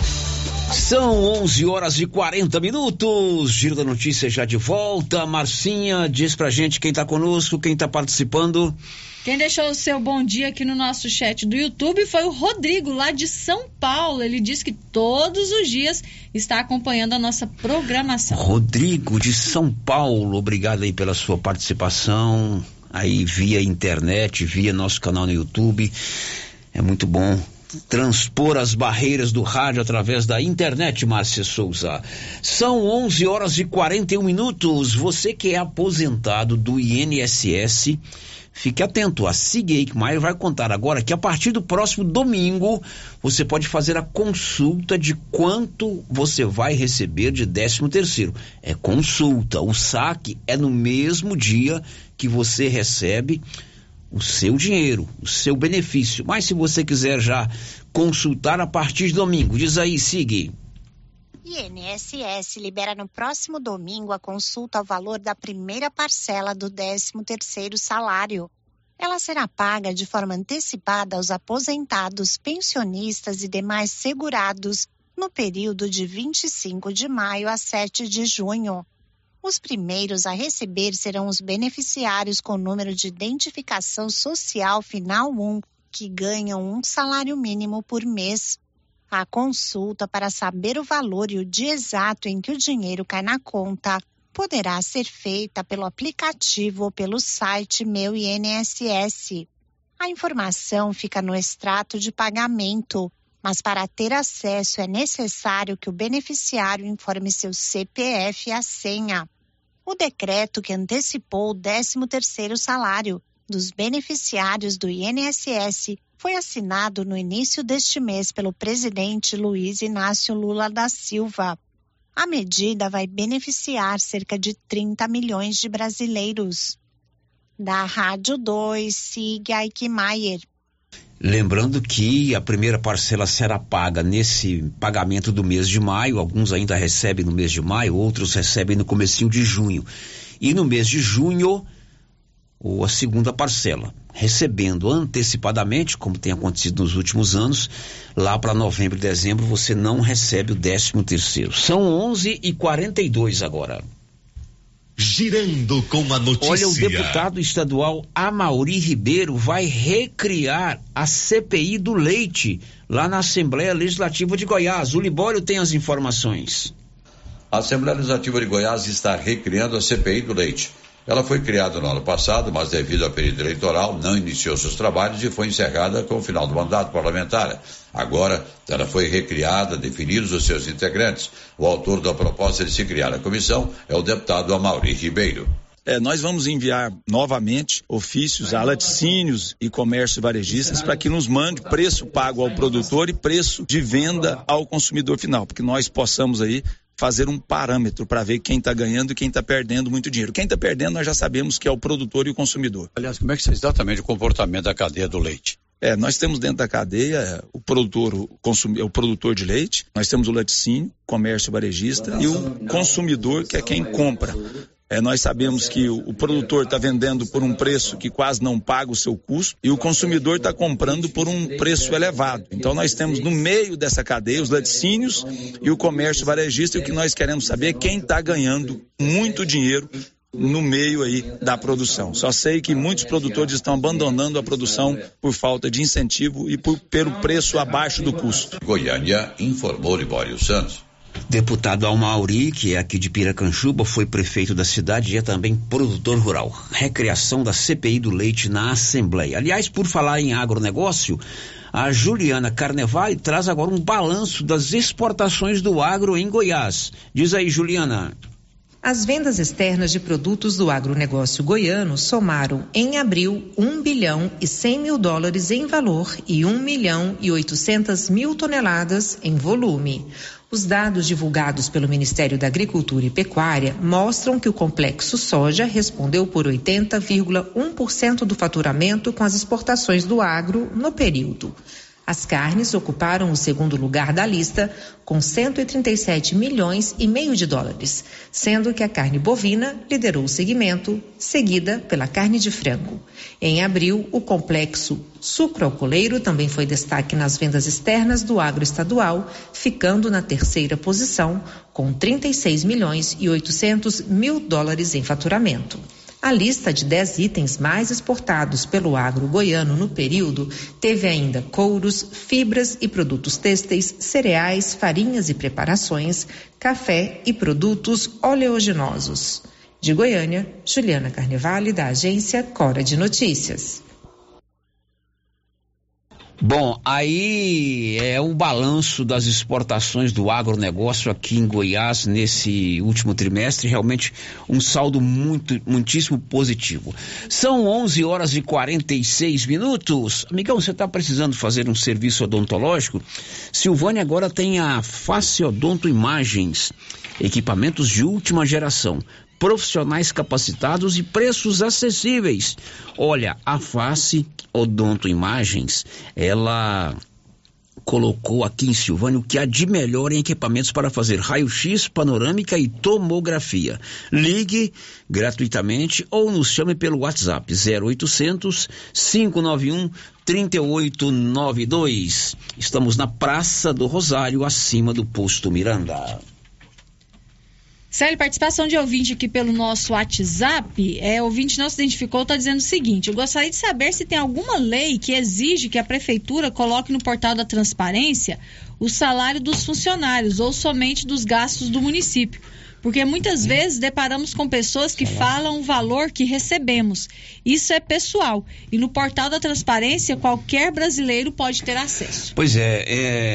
São onze horas e quarenta minutos. Giro da Notícia já de volta. Marcinha, diz pra gente quem tá conosco, quem tá participando. Quem deixou o seu bom dia aqui no nosso chat do YouTube foi o Rodrigo, lá de São Paulo. Ele diz que todos os dias está acompanhando a nossa programação. Rodrigo, de São Paulo, obrigado aí pela sua participação aí via internet, via nosso canal no YouTube. É muito bom transpor as barreiras do rádio através da internet, Márcia Souza. São onze horas e quarenta e um minutos. Você que é aposentado do I N S S, fique atento. A Sig Eichmeier vai contar agora que a partir do próximo domingo você pode fazer a consulta de quanto você vai receber de décimo terceiro. É consulta. O saque é no mesmo dia que você recebe o seu dinheiro, o seu benefício. Mas se você quiser já consultar a partir de domingo, diz aí, Sig. I N S S libera no próximo domingo a consulta ao valor da primeira parcela do décimo terceiro salário. Ela será paga de forma antecipada aos aposentados, pensionistas e demais segurados no período de vinte e cinco de maio a sete de junho. Os primeiros a receber serão os beneficiários com número de identificação social final um, que ganham um salário mínimo por mês. A consulta para saber o valor e o dia exato em que o dinheiro cai na conta poderá ser feita pelo aplicativo ou pelo site Meu I N S S. A informação fica no extrato de pagamento, mas para ter acesso é necessário que o beneficiário informe seu C P F e a senha. O decreto que antecipou o décimo terceiro salário dos beneficiários do I N S S foi assinado no início deste mês pelo presidente Luiz Inácio Lula da Silva. A medida vai beneficiar cerca de trinta milhões de brasileiros. Da Rádio dois, Sig Eichmeier. Lembrando que a primeira parcela será paga nesse pagamento do mês de maio. Alguns ainda recebem no mês de maio, outros recebem no comecinho de junho. E no mês de junho, ou a segunda parcela, recebendo antecipadamente, como tem acontecido nos últimos anos, lá para novembro e dezembro você não recebe o décimo terceiro. São onze e quarenta e dois agora. Girando com a notícia. Olha, o deputado estadual Amaury Ribeiro vai recriar a C P I do leite lá na Assembleia Legislativa de Goiás. O Libório tem as informações. A Assembleia Legislativa de Goiás está recriando a C P I do leite. Ela foi criada no ano passado, mas devido ao período eleitoral não iniciou seus trabalhos e foi encerrada com o final do mandato parlamentar. Agora, ela foi recriada, definidos os seus integrantes. O autor da proposta de se criar a comissão é o deputado Amaury Ribeiro. É, nós vamos enviar novamente ofícios a laticínios e comércio varejistas para que nos mande preço pago ao produtor e preço de venda ao consumidor final, porque nós possamos aí fazer um parâmetro para ver quem está ganhando e quem está perdendo muito dinheiro. Quem está perdendo nós já sabemos que é o produtor e o consumidor. Aliás, como é que é exatamente o comportamento da cadeia do leite? É, nós temos dentro da cadeia o produtor, o, consum, o produtor de leite, nós temos o laticínio, comércio varejista e o consumidor, que é quem compra. É, nós sabemos que o, o produtor está vendendo por um preço que quase não paga o seu custo e o consumidor está comprando por um preço elevado. Então nós temos no meio dessa cadeia os laticínios e o comércio varejista, e o que nós queremos saber é quem está ganhando muito dinheiro no meio aí da produção. Só sei que muitos produtores estão abandonando a produção por falta de incentivo e por, pelo preço abaixo do custo. Goiânia, informou Libório Santos. Deputado Almauri, que é aqui de Piracanjuba, foi prefeito da cidade e é também produtor rural. Recriação da C P I do leite na Assembleia. Aliás, por falar em agronegócio, a Juliana Carnevale traz agora um balanço das exportações do agro em Goiás. Diz aí, Juliana. As vendas externas de produtos do agronegócio goiano somaram, em abril, um bilhão e cem mil dólares em valor e um milhão e oitocentas mil toneladas em volume. Os dados divulgados pelo Ministério da Agricultura e Pecuária mostram que o complexo soja respondeu por oitenta vírgula um por cento do faturamento com as exportações do agro no período. As carnes ocuparam o segundo lugar da lista, com cento e trinta e sete milhões e meio de dólares, sendo que a carne bovina liderou o segmento, seguida pela carne de frango. Em abril, o complexo sucroalcooleiro também foi destaque nas vendas externas do agro estadual, ficando na terceira posição, com trinta e seis milhões e oitocentos mil dólares em faturamento. A lista de dez itens mais exportados pelo agro goiano no período teve ainda couros, fibras e produtos têxteis, cereais, farinhas e preparações, café e produtos oleaginosos. De Goiânia, Juliana Carnevale, da agência Cora de Notícias. Bom, aí é um balanço das exportações do agronegócio aqui em Goiás nesse último trimestre, realmente um saldo muito, muitíssimo positivo. São onze horas e quarenta e seis minutos. Amigão, você está precisando fazer um serviço odontológico? Silvânia agora tem a Face Odonto Imagens, equipamentos de última geração, profissionais capacitados e preços acessíveis. Olha, a Face Odonto Imagens, ela colocou aqui em Silvânia o que há de melhor em equipamentos para fazer raio-x, panorâmica e tomografia. Ligue gratuitamente ou nos chame pelo WhatsApp zero oitocentos, cinco nove um, três oito nove dois. Estamos na Praça do Rosário, acima do Posto Miranda. Célio, participação de ouvinte aqui pelo nosso WhatsApp, é, ouvinte não se identificou, está dizendo o seguinte: eu gostaria de saber se tem alguma lei que exige que a prefeitura coloque no portal da transparência o salário dos funcionários ou somente dos gastos do município. Porque muitas vezes deparamos com pessoas que falam o valor que recebemos. Isso é pessoal. E no portal da transparência, qualquer brasileiro pode ter acesso. Pois é,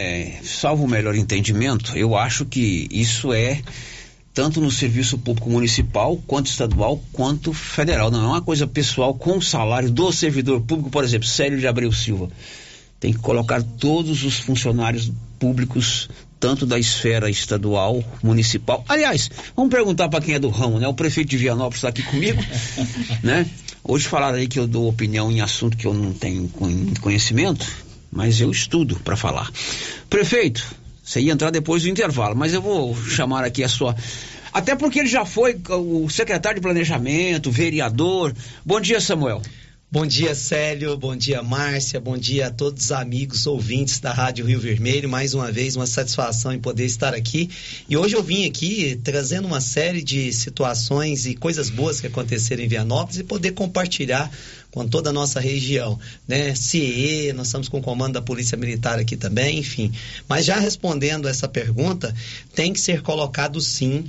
é salvo o melhor entendimento, eu acho que isso é tanto no serviço público municipal, quanto estadual, quanto federal. Não é uma coisa pessoal com o salário do servidor público, por exemplo, Célio de Abreu Silva. Tem que colocar todos os funcionários públicos, tanto da esfera estadual, municipal. Aliás, vamos perguntar para quem é do ramo, né? O prefeito de Vianópolis está aqui comigo, né? Hoje falaram aí que eu dou opinião em assunto que eu não tenho conhecimento, mas eu estudo para falar. Prefeito, você ia entrar depois do intervalo, mas eu vou chamar aqui a sua... Até porque ele já foi o secretário de Planejamento, vereador. Bom dia, Samuel. Bom dia, Célio. Bom dia, Márcia. Bom dia a todos os amigos ouvintes da Rádio Rio Vermelho. Mais uma vez, uma satisfação em poder estar aqui. E hoje eu vim aqui trazendo uma série de situações e coisas boas que aconteceram em Vianópolis e poder compartilhar com toda a nossa região, né? C I E, nós estamos com o comando da Polícia Militar aqui também, enfim. Mas já respondendo essa pergunta, tem que ser colocado sim.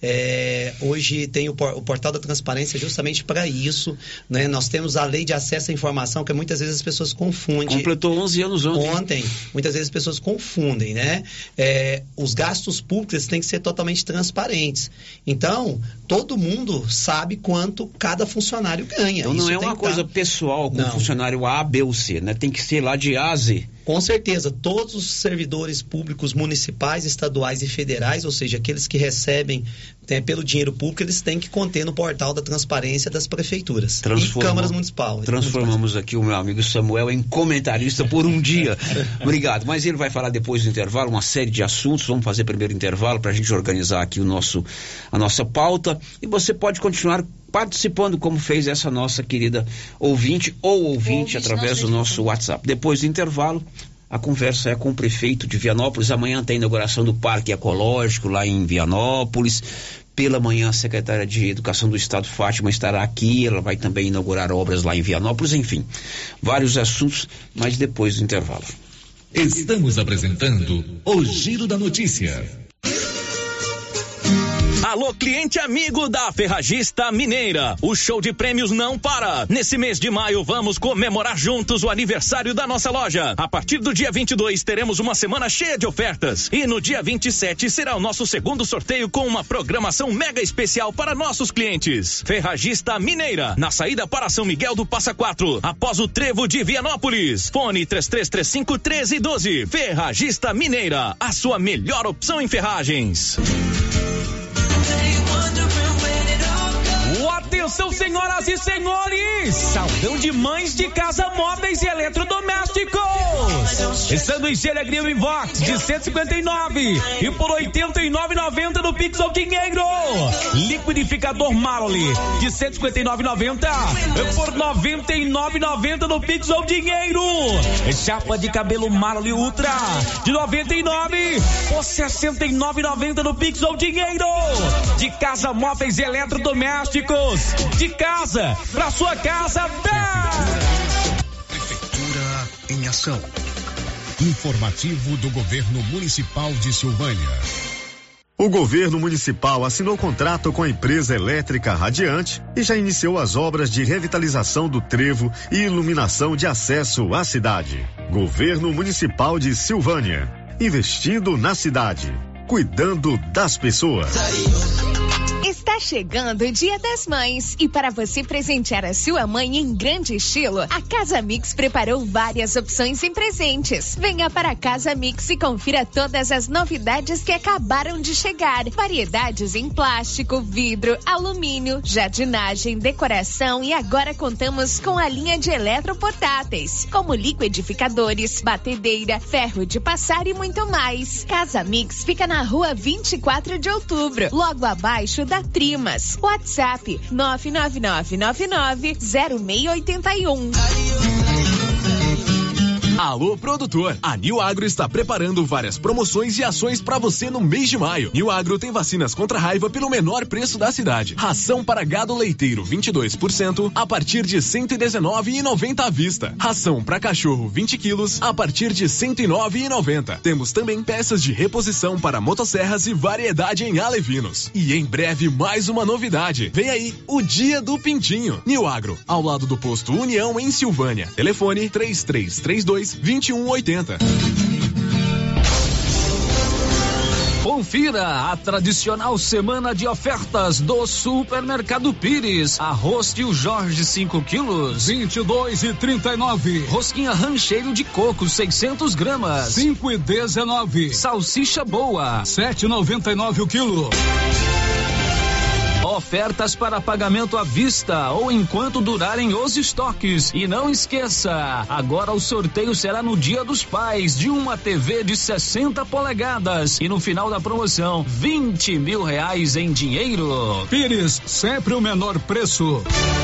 É, hoje tem o, o portal da transparência justamente para isso, né? Nós temos a lei de acesso à informação que muitas vezes as pessoas confundem. Completou onze anos ontem. Ontem, muitas vezes as pessoas confundem, né? É, os gastos públicos têm que ser totalmente transparentes. Então, todo mundo sabe quanto cada funcionário ganha. Então não isso é uma coisa tá... pessoal com não. funcionário A, B ou C, né? Tem que ser lá de A a Z. Com certeza, todos os servidores públicos municipais, estaduais e federais, ou seja, aqueles que recebem né, pelo dinheiro público, eles têm que conter no portal da transparência das prefeituras e câmaras municipais. Transformamos aqui o meu amigo Samuel em comentarista por um dia. Obrigado. Mas ele vai falar depois do intervalo uma série de assuntos. Vamos fazer primeiro intervalo para a gente organizar aqui o nosso, a nossa pauta. E você pode continuar participando como fez essa nossa querida ouvinte ou ouvinte, ouvinte através do nosso WhatsApp. Depois do intervalo, a conversa é com o prefeito de Vianópolis. Amanhã tem a inauguração do Parque Ecológico lá em Vianópolis. Pela manhã, a secretária de Educação do Estado, Fátima, estará aqui. Ela vai também inaugurar obras lá em Vianópolis. Enfim, vários assuntos, mas depois do intervalo. Estamos apresentando o Giro da Notícia. Alô, cliente amigo da Ferragista Mineira. O show de prêmios não para. Nesse mês de maio, vamos comemorar juntos o aniversário da nossa loja. A partir do dia vinte e dois, teremos uma semana cheia de ofertas. E no dia vinte e sete, será o nosso segundo sorteio com uma programação mega especial para nossos clientes. Ferragista Mineira, na saída para São Miguel do Passa Quatro, após o Trevo de Vianópolis. Fone três três três cinco, um três um dois. Ferragista Mineira, a sua melhor opção em ferragens. Atenção, senhoras e senhores! Saldão de mães de casa, móveis e eletrodomésticos. Sanduíche Alegria Inbox de cento e cinquenta e nove e por oitenta e nove reais e noventa centavos no Pix ou dinheiro. Liquidificador Marley de cento e cinquenta e nove reais e noventa centavos por noventa e nove reais e noventa centavos no Pix ou dinheiro. Chapa de cabelo Marley Ultra de noventa e nove reais por sessenta e nove reais e noventa centavos no Pix ou dinheiro. De casa, móveis e eletrodomésticos. De casa, pra sua casa, dá! Prefeitura em ação. Informativo do Governo Municipal de Silvânia. O governo municipal assinou contrato com a empresa elétrica Radiante e já iniciou as obras de revitalização do trevo e iluminação de acesso à cidade. Governo Municipal de Silvânia, investindo na cidade, cuidando das pessoas. Está chegando o Dia das Mães e para você presentear a sua mãe em grande estilo, a Casa Mix preparou várias opções em presentes. Venha para a Casa Mix e confira todas as novidades que acabaram de chegar. Variedades em plástico, vidro, alumínio, jardinagem, decoração e agora contamos com a linha de eletroportáteis, como liquidificadores, batedeira, ferro de passar e muito mais. Casa Mix fica na rua vinte e quatro de outubro, logo abaixo da Trimas. WhatsApp nove nove nove nove nove zero seis oito um. Alô, produtor! A New Agro está preparando várias promoções e ações para você no mês de maio. New Agro tem vacinas contra a raiva pelo menor preço da cidade. Ração para gado leiteiro vinte e dois por cento a partir de cento e dezenove reais e noventa centavos à vista. Ração para cachorro vinte quilos a partir de cento e nove reais e noventa centavos. Temos também peças de reposição para motosserras e variedade em alevinos. E em breve mais uma novidade. Vem aí, o Dia do Pintinho. New Agro, ao lado do posto União em Silvânia. Telefone três três três dois vinte e um oitenta. Confira a tradicional semana de ofertas do Supermercado Pires. Arroz Tio Jorge cinco quilos, vinte e dois e trinta e nove. Rosquinha Rancheiro de Coco seiscentos gramas, cinco e dezenove. Salsicha Boa, sete e noventa e nove o quilo. Ofertas para pagamento à vista ou enquanto durarem os estoques. E não esqueça, agora o sorteio será no Dia dos Pais de uma T V de sessenta polegadas e no final da promoção vinte mil reais em dinheiro. Pires, sempre o menor preço.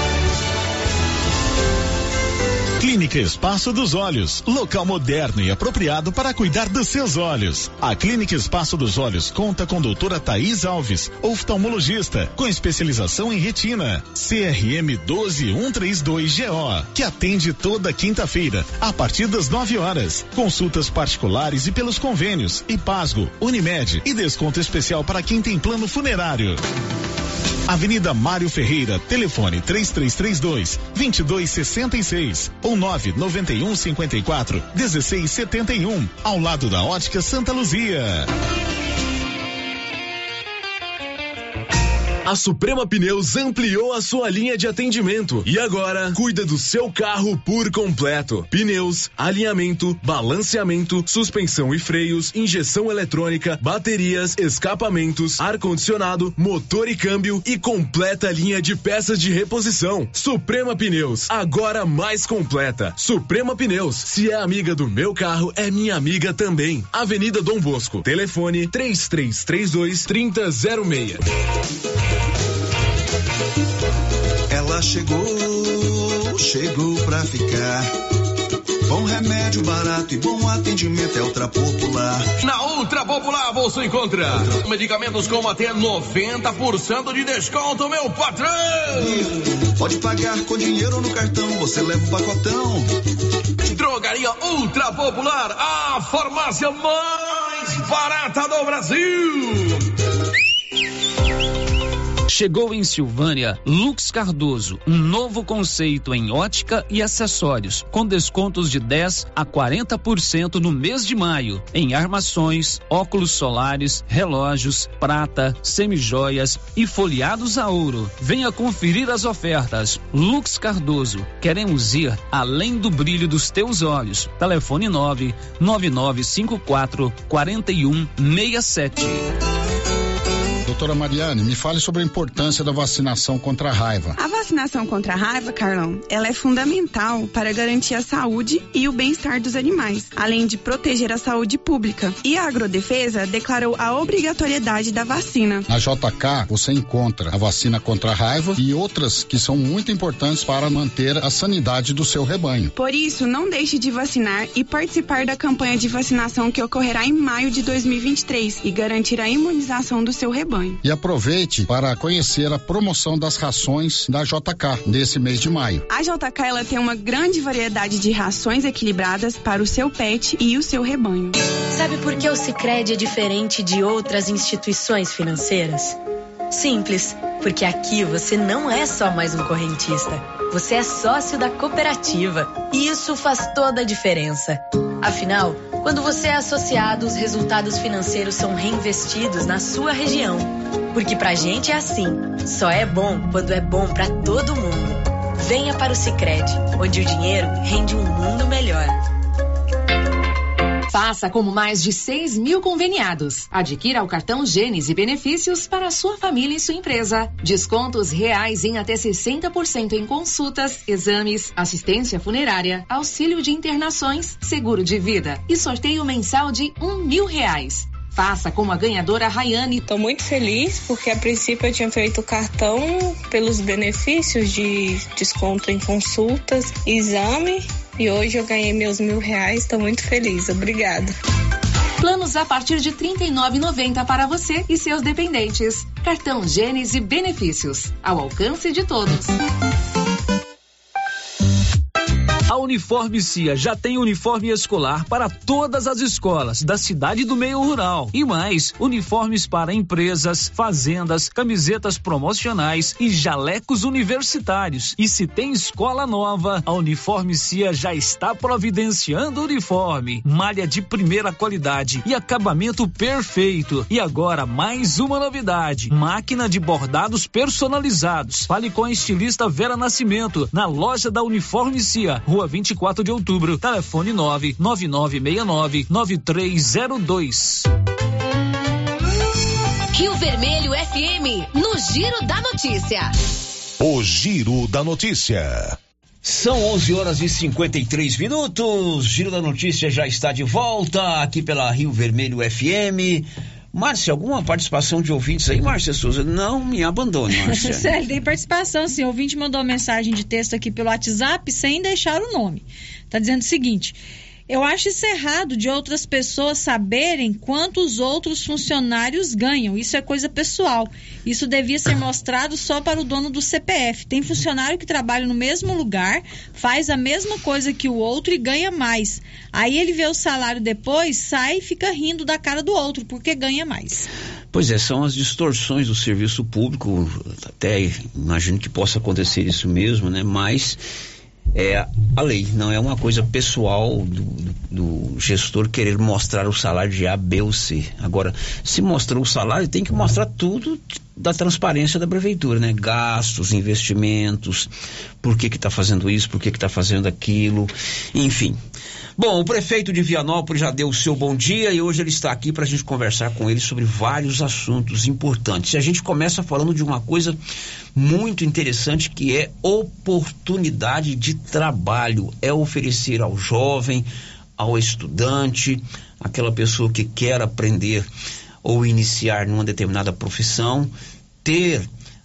Clínica Espaço dos Olhos, local moderno e apropriado para cuidar dos seus olhos. A Clínica Espaço dos Olhos conta com doutora Thaís Alves, oftalmologista, com especialização em retina, C R M doze mil cento e trinta e dois G O, que atende toda quinta-feira, a partir das nove horas. Consultas particulares e pelos convênios, Ipasgo, Unimed e desconto especial para quem tem plano funerário. Avenida Mário Ferreira, telefone três três três dois, dois dois seis seis ou nove nove um cinco quatro, um seis sete um, ao lado da Ótica Santa Luzia. A Suprema Pneus ampliou a sua linha de atendimento e agora cuida do seu carro por completo. Pneus, alinhamento, balanceamento, suspensão e freios, injeção eletrônica, baterias, escapamentos, ar-condicionado, motor e câmbio e completa linha de peças de reposição. Suprema Pneus, agora mais completa. Suprema Pneus, se é amiga do meu carro, é minha amiga também. Avenida Dom Bosco, telefone três três três dois, três zero zero seis. Ela chegou, chegou pra ficar. Bom remédio, barato e bom atendimento é Ultra Popular. Na Ultra Popular você encontra Ultra. medicamentos com até noventa por cento de desconto, meu patrão. Pode pagar com dinheiro ou no cartão, você leva o pacotão. Drogaria Ultra Popular, a farmácia mais barata do Brasil. Chegou em Silvânia Lux Cardoso, um novo conceito em ótica e acessórios, com descontos de dez a quarenta por cento no mês de maio, em armações, óculos solares, relógios, prata, semijoias e folheados a ouro. Venha conferir as ofertas. Lux Cardoso, queremos ir além do brilho dos teus olhos. Telefone nove nove nove cinco quatro quatro um seis sete. Doutora Mariane, me fale sobre a importância da vacinação contra a raiva. A vacinação contra a raiva, Carlão, ela é fundamental para garantir a saúde e o bem-estar dos animais, além de proteger a saúde pública. E a Agrodefesa declarou a obrigatoriedade da vacina. Na J K, você encontra a vacina contra a raiva e outras que são muito importantes para manter a sanidade do seu rebanho. Por isso, não deixe de vacinar e participar da campanha de vacinação que ocorrerá em maio de dois mil e vinte e três e garantir a imunização do seu rebanho. E aproveite para conhecer a promoção das rações da J K nesse mês de maio. A J K ela tem uma grande variedade de rações equilibradas para o seu pet e o seu rebanho. Sabe por que o Sicredi é diferente de outras instituições financeiras? Simples, porque aqui você não é só mais um correntista, você é sócio da cooperativa e isso faz toda a diferença. Afinal, quando você é associado, os resultados financeiros são reinvestidos na sua região. Porque pra gente é assim, só é bom quando é bom pra todo mundo. Venha para o Sicredi, onde o dinheiro rende um mundo melhor. Faça como mais de seis mil conveniados. Adquira o cartão Gênesis e benefícios para a sua família e sua empresa. Descontos reais em até sessenta por cento em consultas, exames, assistência funerária, auxílio de internações, seguro de vida e sorteio mensal de um mil reais. Faça como a ganhadora Rayane. Estou muito feliz porque a princípio eu tinha feito o cartão pelos benefícios de desconto em consultas, exame e hoje eu ganhei meus mil reais. Estou muito feliz. Obrigada. Planos a partir de trinta e nove reais e noventa centavos para você e seus dependentes. Cartão Gênesis e benefícios ao alcance de todos. A Uniforme Cia já tem uniforme escolar para todas as escolas da cidade e do meio rural. E mais, uniformes para empresas, fazendas, camisetas promocionais e jalecos universitários. E se tem escola nova, a Uniforme Cia já está providenciando uniforme, malha de primeira qualidade e acabamento perfeito. E agora mais uma novidade: máquina de bordados personalizados. Fale com a estilista Vera Nascimento na loja da Uniforme Cia, Rua vinte e quatro de outubro, telefone nove nove nove seis nove nove três zero dois. Rio Vermelho F M, no Giro da Notícia. O Giro da Notícia. São onze horas e cinquenta e três minutos. Giro da Notícia já está de volta aqui pela Rio Vermelho F M. Márcia, alguma participação de ouvintes aí, Márcia Souza? Não me abandone, Márcia. Sério, tem participação, sim. O ouvinte mandou mensagem de texto aqui pelo WhatsApp sem deixar o nome. Tá dizendo o seguinte: eu acho isso errado de outras pessoas saberem quantos outros funcionários ganham. Isso é coisa pessoal. Isso devia ser mostrado só para o dono do C P F. Tem funcionário que trabalha no mesmo lugar, faz a mesma coisa que o outro e ganha mais. Aí ele vê o salário depois, sai e fica rindo da cara do outro, porque ganha mais. Pois é, são as distorções do serviço público. Até imagino que possa acontecer isso mesmo, né? Mas é a lei, não é uma coisa pessoal do, do, do gestor querer mostrar o salário de A, B ou C. Agora, se mostrou o salário, tem que mostrar tudo da transparência da prefeitura, né? Gastos, investimentos, por que que está fazendo isso, por que que está fazendo aquilo, enfim. Bom, o prefeito de Vianópolis já deu o seu bom dia e hoje ele está aqui para a gente conversar com ele sobre vários assuntos importantes. E a gente começa falando de uma coisa muito interessante, que é oportunidade de trabalho. É oferecer ao jovem, ao estudante, aquela pessoa que quer aprender ou iniciar numa determinada profissão, ter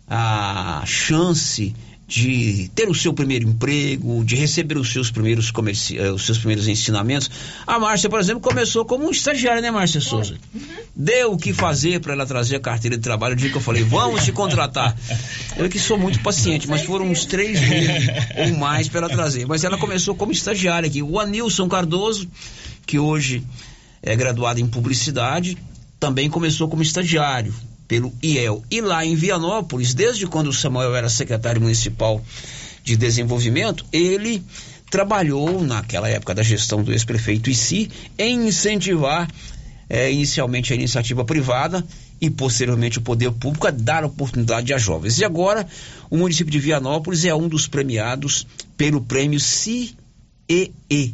a chance de ter o seu primeiro emprego, de receber os seus primeiros comerci... os seus primeiros ensinamentos. A Márcia, por exemplo, começou como estagiária, né, Márcia Souza? Uhum. Deu o que fazer para ela trazer a carteira de trabalho. O dia que eu falei, vamos te contratar. Eu que sou muito paciente, mas foram uns três meses ou mais para ela trazer. Mas ela começou como estagiária aqui. O Anilson Cardoso, que hoje é graduado em publicidade, também começou como estagiário. pelo I E L. E lá em Vianópolis, desde quando o Samuel era secretário municipal de desenvolvimento, ele trabalhou naquela época da gestão do ex-prefeito Issi em incentivar é, inicialmente a iniciativa privada e posteriormente o poder público a dar oportunidade a jovens. E agora o município de Vianópolis é um dos premiados pelo prêmio C E E.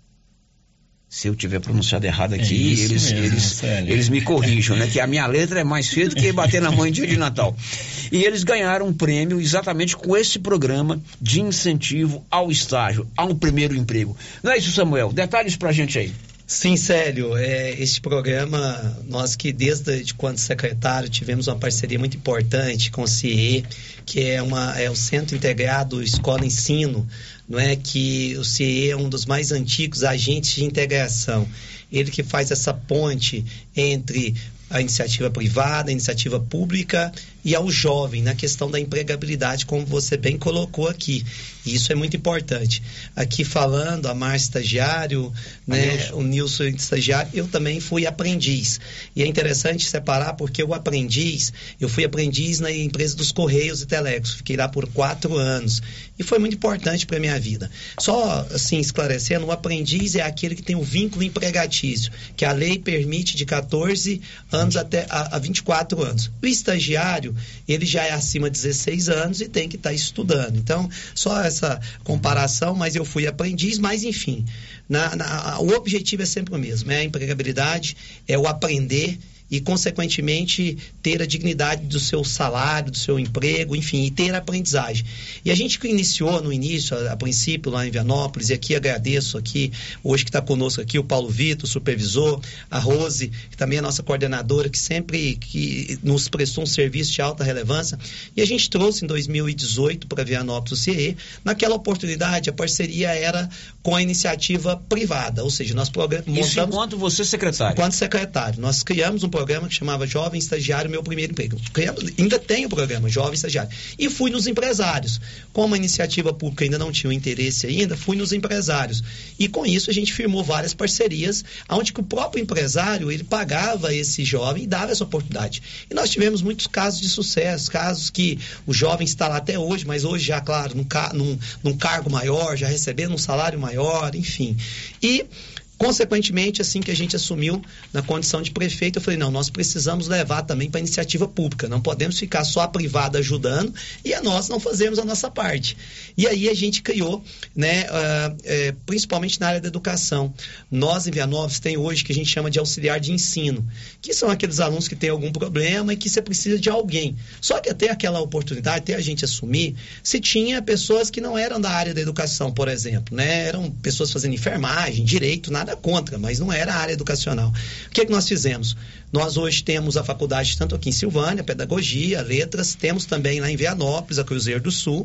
Se eu tiver pronunciado errado aqui, é eles, mesmo, eles, eles me corrijam, né? Que a minha letra é mais feia do que bater na mãe em dia de Natal. E eles ganharam um prêmio exatamente com esse programa de incentivo ao estágio, ao primeiro emprego. Não é isso, Samuel? Detalhes pra gente aí. Sim, Célio, é, este programa, nós que desde de quando secretário tivemos uma parceria muito importante com o C I E, que é, uma, é o Centro Integrado Escola Ensino, não é, que o C I E é um dos mais antigos agentes de integração. Ele que faz essa ponte entre a iniciativa privada, a iniciativa pública e ao jovem, na questão da empregabilidade, como você bem colocou aqui. E isso é muito importante. Aqui falando, a Márcia estagiário, né, o Nilson estagiário, eu também fui aprendiz. E é interessante separar porque o aprendiz, eu fui aprendiz na empresa dos Correios e Telecos, fiquei lá por quatro anos. E foi muito importante para a minha vida. Só, assim, esclarecendo, o aprendiz é aquele que tem o vínculo empregatício, que a lei permite de catorze anos até a, a vinte e quatro anos. O estagiário, ele já é acima de dezesseis anos e tem que estar tá estudando. Então, só essa comparação, mas eu fui aprendiz, mas enfim, na, na, o objetivo é sempre o mesmo, é a empregabilidade, é o aprender e, consequentemente, ter a dignidade do seu salário, do seu emprego, enfim, e ter a aprendizagem. E a gente que iniciou no início, a, a princípio, lá em Vianópolis, e aqui agradeço aqui, hoje que está conosco aqui, o Paulo Vitor, o supervisor, a Rose, que também é a nossa coordenadora, que sempre que nos prestou um serviço de alta relevância, e a gente trouxe em dois mil e dezoito para Vianópolis o C E E. Naquela oportunidade, a parceria era com a iniciativa privada, ou seja, nós montamos... Isso enquanto você secretário? Enquanto secretário. Nós criamos um programa que chamava Jovem Estagiário Meu Primeiro Emprego. Ainda tem o programa Jovem Estagiário. E fui nos empresários. Como a iniciativa pública ainda não tinha o interesse ainda, fui nos empresários. E com isso a gente firmou várias parcerias, onde que o próprio empresário, ele pagava esse jovem e dava essa oportunidade. E nós tivemos muitos casos de sucesso, casos que o jovem está lá até hoje, mas hoje já, claro, num, num, num cargo maior, já recebendo um salário maior, enfim. E consequentemente, assim que a gente assumiu na condição de prefeito, eu falei, não, nós precisamos levar também para a iniciativa pública, não podemos ficar só a privada ajudando e a nós não fazemos a nossa parte. E aí a gente criou, né, uh, uh, principalmente na área da educação. Nós em Vianópolis tem hoje que a gente chama de auxiliar de ensino, que são aqueles alunos que têm algum problema e que você precisa de alguém. Só que até aquela oportunidade, até a gente assumir, se tinha pessoas que não eram da área da educação, por exemplo, né, eram pessoas fazendo enfermagem, direito, nada contra, mas não era a área educacional. O que é que nós fizemos? Nós hoje temos a faculdade tanto aqui em Silvânia, pedagogia, letras, temos também lá em Vianópolis, a Cruzeiro do Sul,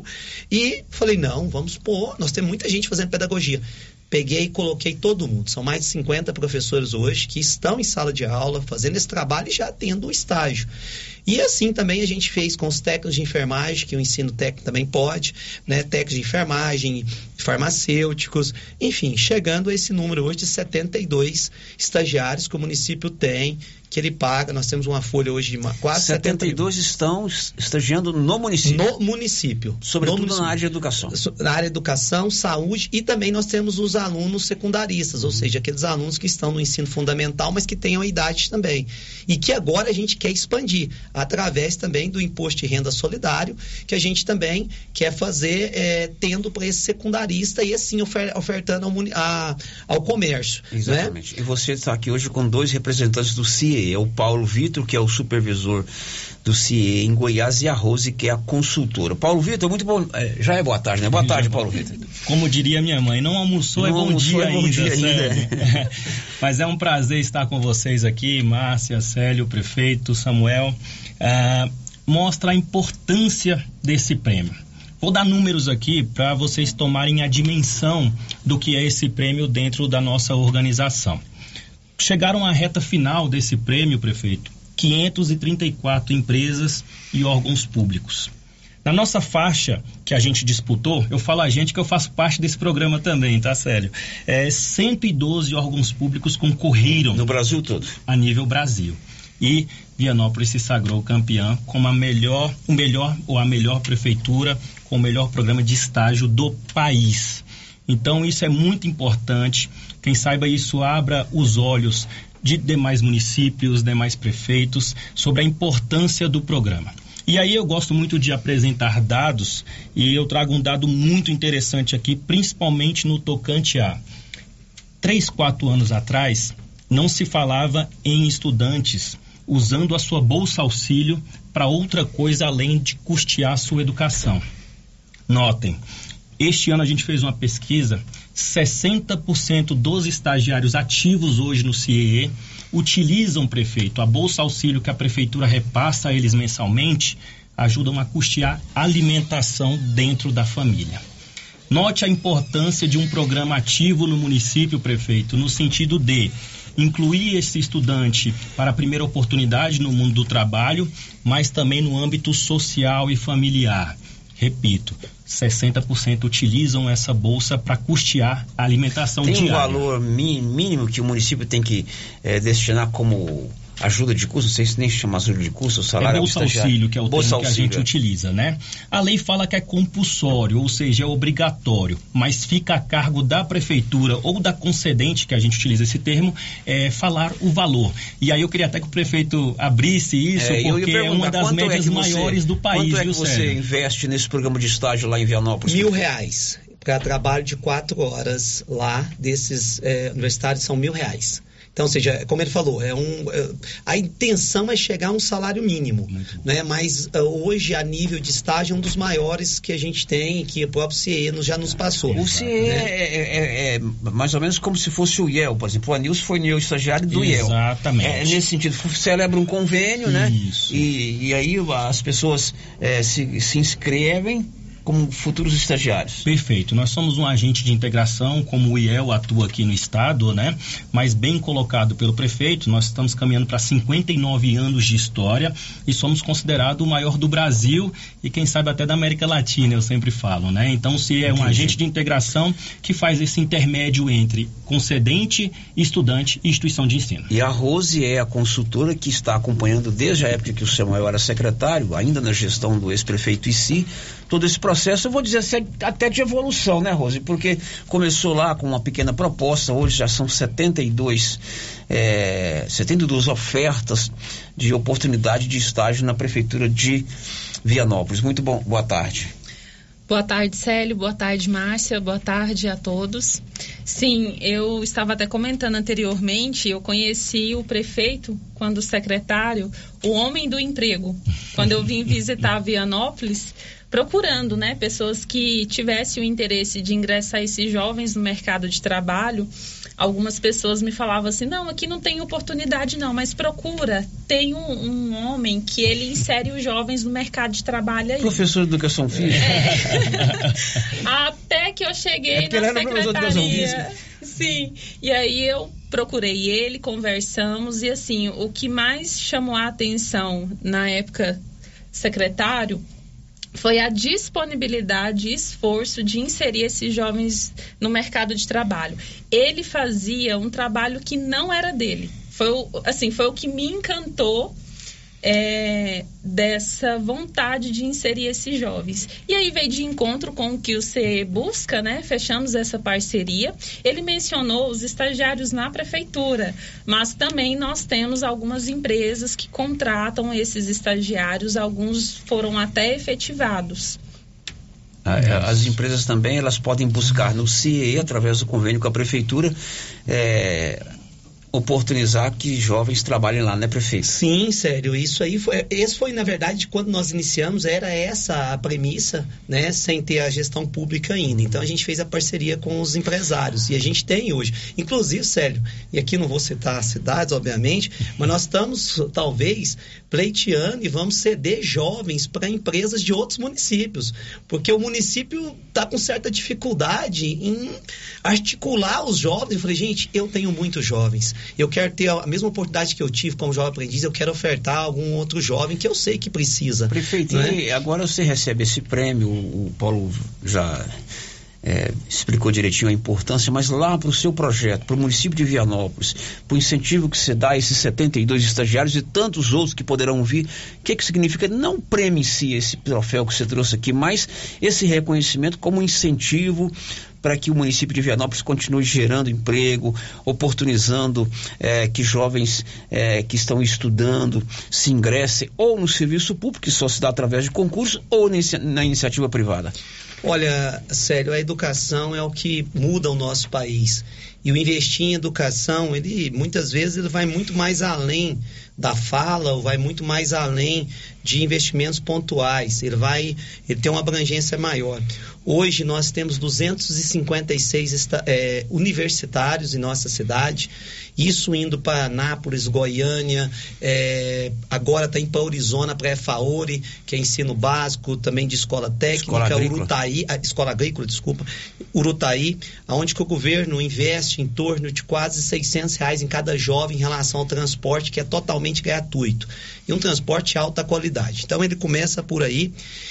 e falei, não, vamos pôr, nós temos muita gente fazendo pedagogia. Peguei e coloquei todo mundo. São mais de cinquenta professores hoje que estão em sala de aula, fazendo esse trabalho e já tendo o estágio. E assim também a gente fez com os técnicos de enfermagem, que o ensino técnico também pode, né? Técnicos de enfermagem, farmacêuticos, enfim, chegando a esse número hoje de setenta e dois estagiários que o município tem, que ele paga. Nós temos uma folha hoje de quase setenta e dois estão estagiando no município. No município. Sobretudo no município. Na área de educação. Na área de educação, saúde, e também nós temos os alunos secundaristas, ou seja, aqueles alunos que estão no ensino fundamental, mas que tenham a idade também. E que agora a gente quer expandir, através também do imposto de renda solidário, que a gente também quer fazer, é, tendo para esse secundarista e assim ofer ofertando ao, a, ao comércio. Exatamente. Né? E você está aqui hoje com dois representantes do C I E. É o Paulo Vitor, que é o supervisor do C I E em Goiás, e a Rose, que é a consultora. Paulo Vitor, muito bom. É, já é boa tarde, né? Boa tarde, Paulo Vitor. Como diria minha mãe, não almoçou, não é bom almoçou, dia, é bom ainda, dia ainda. Mas é um prazer estar com vocês aqui, Márcia, Célio, prefeito, Samuel. Uh, mostra a importância desse prêmio. Vou dar números aqui para vocês tomarem a dimensão do que é esse prêmio dentro da nossa organização. Chegaram à reta final desse prêmio, prefeito, quinhentas e trinta e quatro empresas e órgãos públicos. Na nossa faixa que a gente disputou, eu falo a gente que eu faço parte desse programa também, tá, Célio? É, cento e doze órgãos públicos concorreram. No Brasil todo? A nível Brasil. e Vianópolis se sagrou campeã como a melhor, o melhor ou a melhor prefeitura com o melhor programa de estágio do país. Então isso é muito importante. Quem saiba isso abra os olhos de demais municípios, demais prefeitos sobre a importância do programa. E aí eu gosto muito de apresentar dados e eu trago um dado muito interessante aqui, principalmente no tocante a três, quatro anos atrás, não se falava em estudantes usando a sua bolsa auxílio para outra coisa além de custear a sua educação. Notem, este ano a gente fez uma pesquisa, sessenta por cento dos estagiários ativos hoje no C I E utilizam, prefeito, a bolsa auxílio que a prefeitura repassa a eles mensalmente, ajudam a custear alimentação dentro da família. Note a importância de um programa ativo no município, prefeito, no sentido de incluir esse estudante para a primeira oportunidade no mundo do trabalho, mas também no âmbito social e familiar. Repito, sessenta por cento utilizam essa bolsa para custear a alimentação diária. Tem um valor mínimo que o município tem que eh, destinar como ajuda de custo? Não sei se nem chama ajuda de custo, o salário é bolsa auxílio, que é o bolsa termo que auxílio. a gente utiliza, né? A lei fala que é compulsório, ou seja, é obrigatório, mas fica a cargo da prefeitura ou da concedente, que a gente utiliza esse termo, é, falar o valor. E aí eu queria até que o prefeito abrisse isso, é, porque é uma das médias é maiores do país. Quanto é que viu, você Sérgio? investe nesse programa de estágio lá em Vianópolis? Mil reais. Para trabalho de quatro horas lá desses é, universitários são mil reais. Então, ou seja, como ele falou, é um, a intenção é chegar a um salário mínimo, né? Mas uh, hoje, a nível de estágio, é um dos maiores que a gente tem, que o próprio C I E já nos passou. O C I E né? é, é, é mais ou menos como se fosse o I E L, por exemplo. O Anilson foi o estagiário do I E L. Exatamente. É, nesse sentido, celebra um convênio, né? Isso. E, e aí as pessoas é, se, se inscrevem como futuros estagiários. Perfeito. Nós somos um agente de integração, como o I E L atua aqui no estado, né? Mas bem colocado pelo prefeito, nós estamos caminhando para cinquenta e nove anos de história e somos considerados o maior do Brasil e quem sabe até da América Latina, eu sempre falo, né? Então, se é um Entendi. agente de integração que faz esse intermédio entre concedente, estudante e instituição de ensino. E a Rose é a consultora que está acompanhando desde a época que o Samuel era secretário, ainda na gestão do ex-prefeito Issi, todo esse processo, eu vou dizer assim, até de evolução, né, Rose? Porque começou lá com uma pequena proposta, hoje já são setenta e dois, é, setenta e duas ofertas de oportunidade de estágio na prefeitura de Vianópolis. Muito bom, boa tarde. Boa tarde, Célio, boa tarde, Márcia, boa tarde a todos. Sim, eu estava até comentando anteriormente, eu conheci o prefeito quando secretário, o homem do emprego. Quando eu vim visitar Vianópolis, procurando, né, pessoas que tivessem o interesse de ingressar esses jovens no mercado de trabalho. Algumas pessoas me falavam assim, não, aqui não tem oportunidade não, mas procura, tem um, um homem que ele insere os jovens no mercado de trabalho aí. Professor de Educação Física. É. Até que eu cheguei é na secretaria. Sim, e aí eu procurei ele, conversamos e assim, o que mais chamou a atenção na época secretário foi a disponibilidade e esforço de inserir esses jovens no mercado de trabalho. Ele fazia um trabalho que não era dele. Foi o, assim, foi o que me encantou é, dessa vontade de inserir esses jovens. E aí veio de encontro com o que o C E E busca, né? Fechamos essa parceria. Ele mencionou os estagiários na prefeitura, mas também nós temos algumas empresas que contratam esses estagiários, alguns foram até efetivados. As empresas também, elas podem buscar no C I E, através do convênio com a prefeitura, é, oportunizar que jovens trabalhem lá, né, prefeito? Sim, sério, isso aí foi, esse foi, na verdade, quando nós iniciamos, era essa a premissa, né, sem ter a gestão pública ainda. Então a gente fez a parceria com os empresários e a gente tem hoje, inclusive, sério, e aqui não vou citar as cidades, obviamente, mas nós estamos, talvez, pleiteando e vamos ceder jovens para empresas de outros municípios, porque o município está com certa dificuldade em articular os jovens. Eu falei, gente, eu tenho muitos jovens, eu quero ter a mesma oportunidade que eu tive como jovem aprendiz, eu quero ofertar a algum outro jovem que eu sei que precisa. Prefeito, né? E agora você recebe esse prêmio, o Paulo já é, explicou direitinho a importância, mas lá para o seu projeto, para o município de Vianópolis, para o incentivo que você dá a esses setenta e dois estagiários e tantos outros que poderão vir, o que que significa? Não prêmio em si esse troféu que você trouxe aqui, mas esse reconhecimento como incentivo para que o município de Vianópolis continue gerando emprego, oportunizando é, que jovens é, que estão estudando se ingressem ou no serviço público, que só se dá através de concurso, ou na iniciativa privada. Olha, Célio, a educação é o que muda o nosso país. E o investir em educação, ele muitas vezes ele vai muito mais além da fala, ou vai muito mais além de investimentos pontuais. Ele vai, ele tem uma abrangência maior. Hoje nós temos duzentos e cinquenta e seis é, universitários em nossa cidade, isso indo para Anápolis, Goiânia, é, agora está em Paurizona para a EFAORE, que é ensino básico, também de escola técnica, escola Urutaí, a, escola agrícola, desculpa, Urutaí, onde que o governo investe em torno de quase seiscentos reais em cada jovem em relação ao transporte, que é totalmente gratuito, e um transporte de alta qualidade. Então ele começa por aí,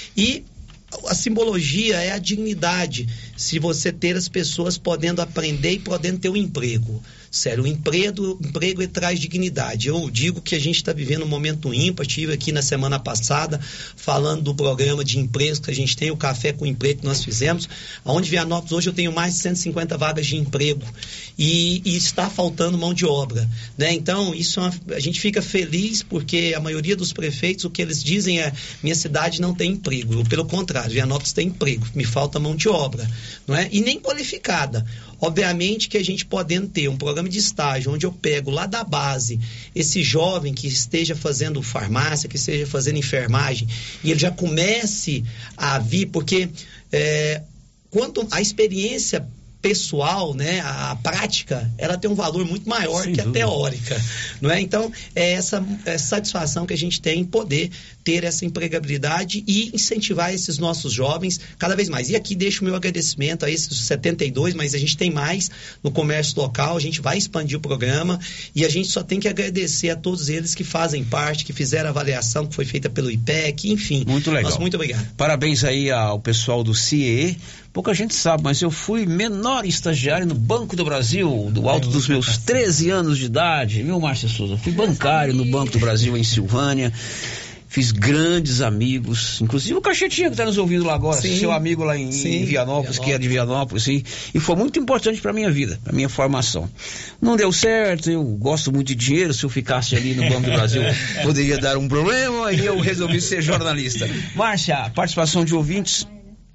e a simbologia é a dignidade, se você ter as pessoas podendo aprender e podendo ter um emprego. Sério, o emprego, emprego traz dignidade. Eu digo que a gente está vivendo um momento ímpar. Estive aqui na semana passada falando do programa de empregos que a gente tem, o Café com Emprego que nós fizemos, onde Vianópolis hoje eu tenho mais de cento e cinquenta vagas de emprego e, e está faltando mão de obra, né? Então, isso é uma, a gente fica feliz porque a maioria dos prefeitos, o que eles dizem é: minha cidade não tem emprego. Pelo contrário, Vianópolis tem emprego, me falta mão de obra, não é? E nem qualificada. Obviamente que a gente podendo ter um programa de estágio onde eu pego lá da base esse jovem que esteja fazendo farmácia, que esteja fazendo enfermagem, e ele já comece a vir, porque é, quanto a experiência pessoal, né, a, a prática, ela tem um valor muito maior Sem que dúvida. A teórica, não é? Então, é essa, essa satisfação que a gente tem em poder ter essa empregabilidade e incentivar esses nossos jovens cada vez mais. E aqui deixo o meu agradecimento a esses setenta e dois, mas a gente tem mais no comércio local, a gente vai expandir o programa e a gente só tem que agradecer a todos eles que fazem parte, que fizeram a avaliação que foi feita pelo I P E C, enfim. Muito legal. Nossa, muito obrigado. Parabéns aí ao pessoal do C I E. Pouca gente sabe, mas eu fui menor estagiário no Banco do Brasil, do alto dos meus treze anos de idade, viu, Márcia Souza? Fui bancário no Banco do Brasil em Silvânia, fiz grandes amigos, inclusive o Cachetinha que está nos ouvindo lá agora, sim, seu amigo lá em, sim, em Vianópolis, Vianópolis, que é de Vianópolis, sim, e foi muito importante para minha vida, para minha formação. Não deu certo, eu gosto muito de dinheiro, se eu ficasse ali no Banco do Brasil poderia dar um problema, aí eu resolvi ser jornalista. Márcia, participação de ouvintes.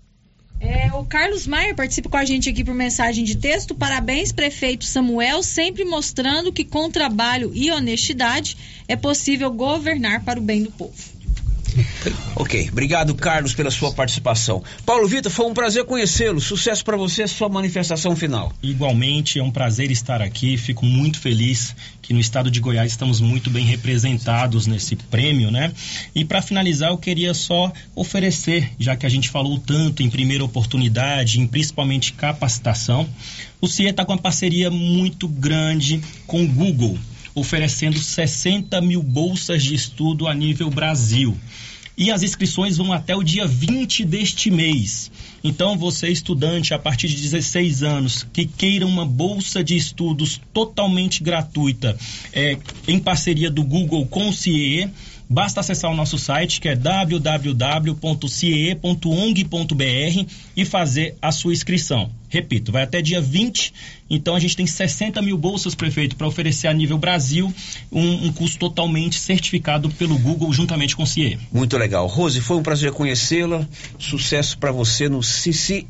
É, o Carlos Maia participa com a gente aqui por mensagem de texto. Parabéns, prefeito Samuel, sempre mostrando que com trabalho e honestidade é possível governar para o bem do povo. Ok, obrigado, Carlos, pela sua participação. Paulo Vitor, foi um prazer conhecê-lo. Sucesso para você, sua manifestação final. Igualmente, é um prazer estar aqui. Fico muito feliz que no estado de Goiás estamos muito bem representados nesse prêmio, né? E para finalizar, eu queria só oferecer, já que a gente falou tanto em primeira oportunidade, em principalmente capacitação, o C I E está com uma parceria muito grande com o Google, oferecendo sessenta mil bolsas de estudo a nível Brasil. E as inscrições vão até o dia vinte deste mês. Então, você, estudante a partir de dezesseis anos, que queira uma bolsa de estudos totalmente gratuita, é, em parceria do Google com o C I E, basta acessar o nosso site, que é w w w ponto c i e ponto o n g ponto b r e fazer a sua inscrição. Repito, vai até dia vinte, então a gente tem sessenta mil bolsas, prefeito, para oferecer a nível Brasil um, um curso totalmente certificado pelo Google juntamente com o C I E. Muito legal. Rose, foi um prazer conhecê-la. Sucesso para você no C I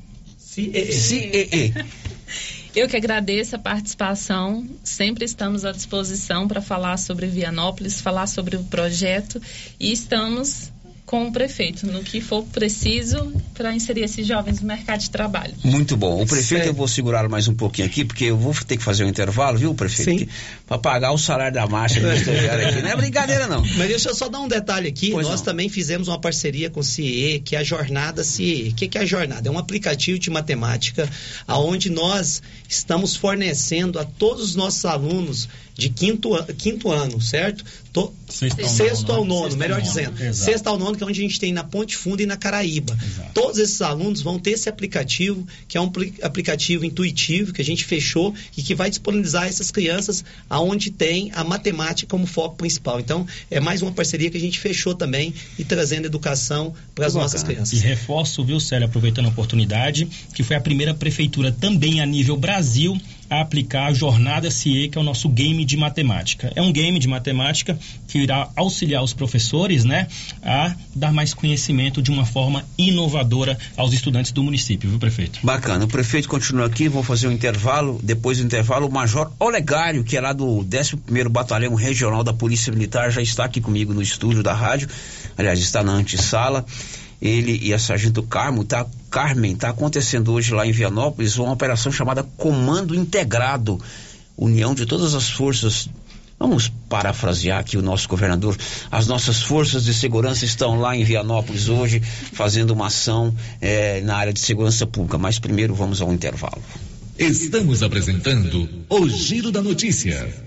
E. Eu que agradeço a participação, sempre estamos à disposição para falar sobre Vianópolis, falar sobre o projeto e estamos com o prefeito no que for preciso para inserir esses jovens no mercado de trabalho. Muito bom. O prefeito, certo. Eu vou segurá-lo mais um pouquinho aqui, porque eu vou ter que fazer um intervalo, viu, prefeito? Para pagar o salário da marcha do estagiário aqui. Não é brincadeira, não. Mas deixa eu só dar um detalhe aqui. Pois Nós não. também fizemos uma parceria com o C I E, que é a Jornada C I E. O que, que é a Jornada? É um aplicativo de matemática onde nós estamos fornecendo a todos os nossos alunos de quinto, quinto ano, certo? To, sexto, sexto ao nono, nono sexto melhor nono, dizendo. Exato. Sexto ao nono, que é onde a gente tem na Ponte Funda e na Caraíba. Exato. Todos esses alunos vão ter esse aplicativo, que é um aplicativo intuitivo, que a gente fechou e que vai disponibilizar essas crianças aonde tem a matemática como foco principal. Então, é mais uma parceria que a gente fechou também e trazendo educação para as nossas crianças. E reforço, viu, Célio, aproveitando a oportunidade, que foi a primeira prefeitura também a nível Brasil a aplicar a Jornada C I E, que é o nosso game de matemática. É um game de matemática que irá auxiliar os professores, né, a dar mais conhecimento de uma forma inovadora aos estudantes do município, viu, prefeito? Bacana. O prefeito continua aqui, vou fazer um intervalo. Depois do intervalo, o Major Olegário, que é lá do décimo primeiro Batalhão Regional da Polícia Militar, já está aqui comigo no estúdio da rádio. Aliás, está na antessala. Ele e a Sargento Carmo, tá, Carmen, está acontecendo hoje lá em Vianópolis uma operação chamada Comando Integrado, união de todas as forças. Vamos parafrasear aqui o nosso governador. As nossas forças de segurança estão lá em Vianópolis hoje fazendo uma ação eh, na área de segurança pública. Mas primeiro vamos ao intervalo. Estamos apresentando o Giro da Notícia.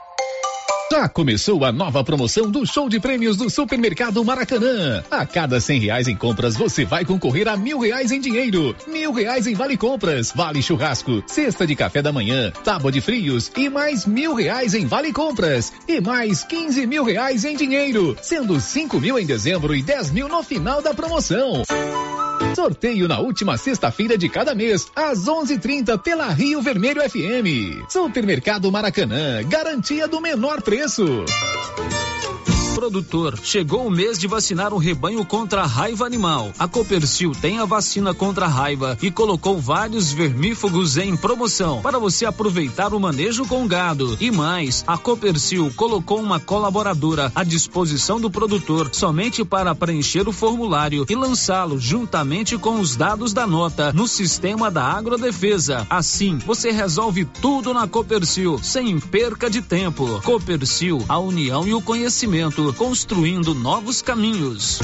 Já começou a nova promoção do show de prêmios do Supermercado Maracanã. A cada cem reais em compras, você vai concorrer a mil reais em dinheiro, mil reais em vale compras, vale churrasco, cesta de café da manhã, tábua de frios e mais mil reais em vale compras e mais quinze mil reais em dinheiro, sendo cinco mil em dezembro e dez mil no final da promoção. Sorteio na última sexta-feira de cada mês, às onze e trinta, pela Rio Vermelho F M. Supermercado Maracanã, garantia do menor preço. Produtor, chegou o mês de vacinar o rebanho contra a raiva animal. A Copercil tem a vacina contra a raiva e colocou vários vermífugos em promoção para você aproveitar o manejo com gado. E mais, a Copercil colocou uma colaboradora à disposição do produtor somente para preencher o formulário e lançá-lo juntamente com os dados da nota no sistema da Agrodefesa. Assim, você resolve tudo na Copercil sem perca de tempo. Copercil, a união e o conhecimento, construindo novos caminhos.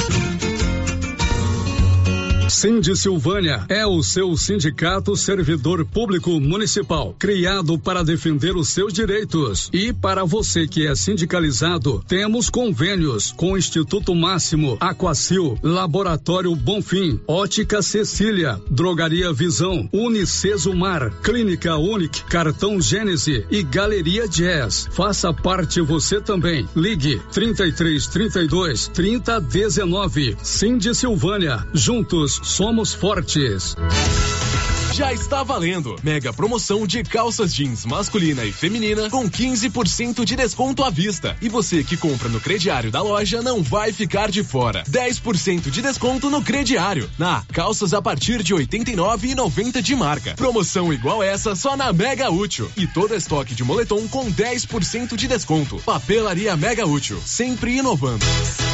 Sindi Silvânia é o seu sindicato servidor público municipal, criado para defender os seus direitos. E para você que é sindicalizado, temos convênios com o Instituto Máximo, Aquacil, Laboratório Bonfim, Ótica Cecília, Drogaria Visão, Unicesumar, Clínica Unic, Cartão Gênese e Galeria Jazz. Faça parte você também. Ligue trinta e três, trinta e dois, trinta, dezenove. Sindi Silvânia, juntos somos fortes. Já está valendo. Mega promoção de calças jeans masculina e feminina com quinze por cento de desconto à vista. E você que compra no crediário da loja não vai ficar de fora. dez por cento de desconto no crediário. Na calças a partir de oitenta e nove reais e noventa centavos de marca. Promoção igual essa só na Mega Útil. E todo estoque de moletom com dez por cento de desconto. Papelaria Mega Útil, sempre inovando.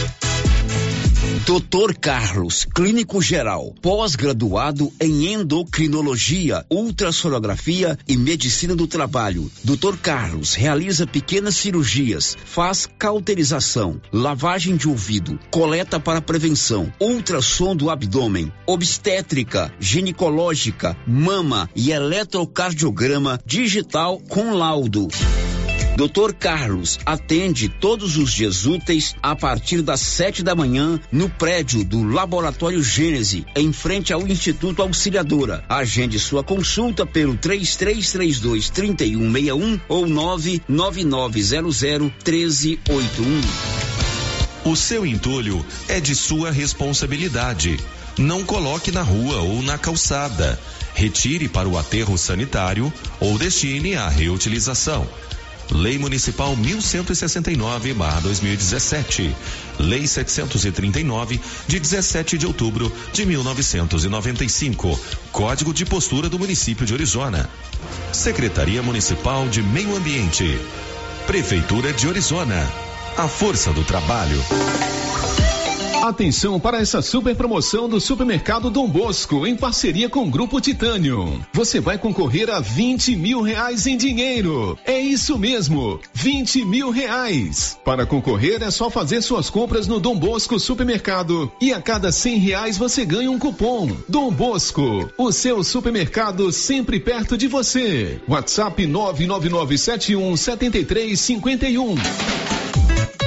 doutor Carlos, clínico geral, pós-graduado em endocrinologia, ultrassonografia e medicina do trabalho. doutor Carlos realiza pequenas cirurgias, faz cauterização, lavagem de ouvido, coleta para prevenção, ultrassom do abdômen, obstétrica, ginecológica, mama e eletrocardiograma digital com laudo. doutor Carlos atende todos os dias úteis a partir das sete da manhã no prédio do Laboratório Gênese, em frente ao Instituto Auxiliadora. Agende sua consulta pelo três três três dois, três um seis um ou nove nove nove zero zero, três oito um. O seu entulho é de sua responsabilidade. Não coloque na rua ou na calçada. Retire para o aterro sanitário ou destine à reutilização. Lei Municipal mil cento e sessenta e nove barra dois mil e dezessete. Lei setecentos e trinta e nove, de dezessete de outubro de mil novecentos e noventa e cinco. Código de Postura do Município de Orizona. Secretaria Municipal de Meio Ambiente. Prefeitura de Orizona. A força do trabalho. Atenção para essa super promoção do Supermercado Dom Bosco, em parceria com o Grupo Titânio. Você vai concorrer a vinte mil reais em dinheiro. É isso mesmo, vinte mil reais. Para concorrer é só fazer suas compras no Dom Bosco Supermercado e a cada cem reais você ganha um cupom. Dom Bosco, o seu supermercado sempre perto de você. WhatsApp nove nove nove sete um sete três cinco um.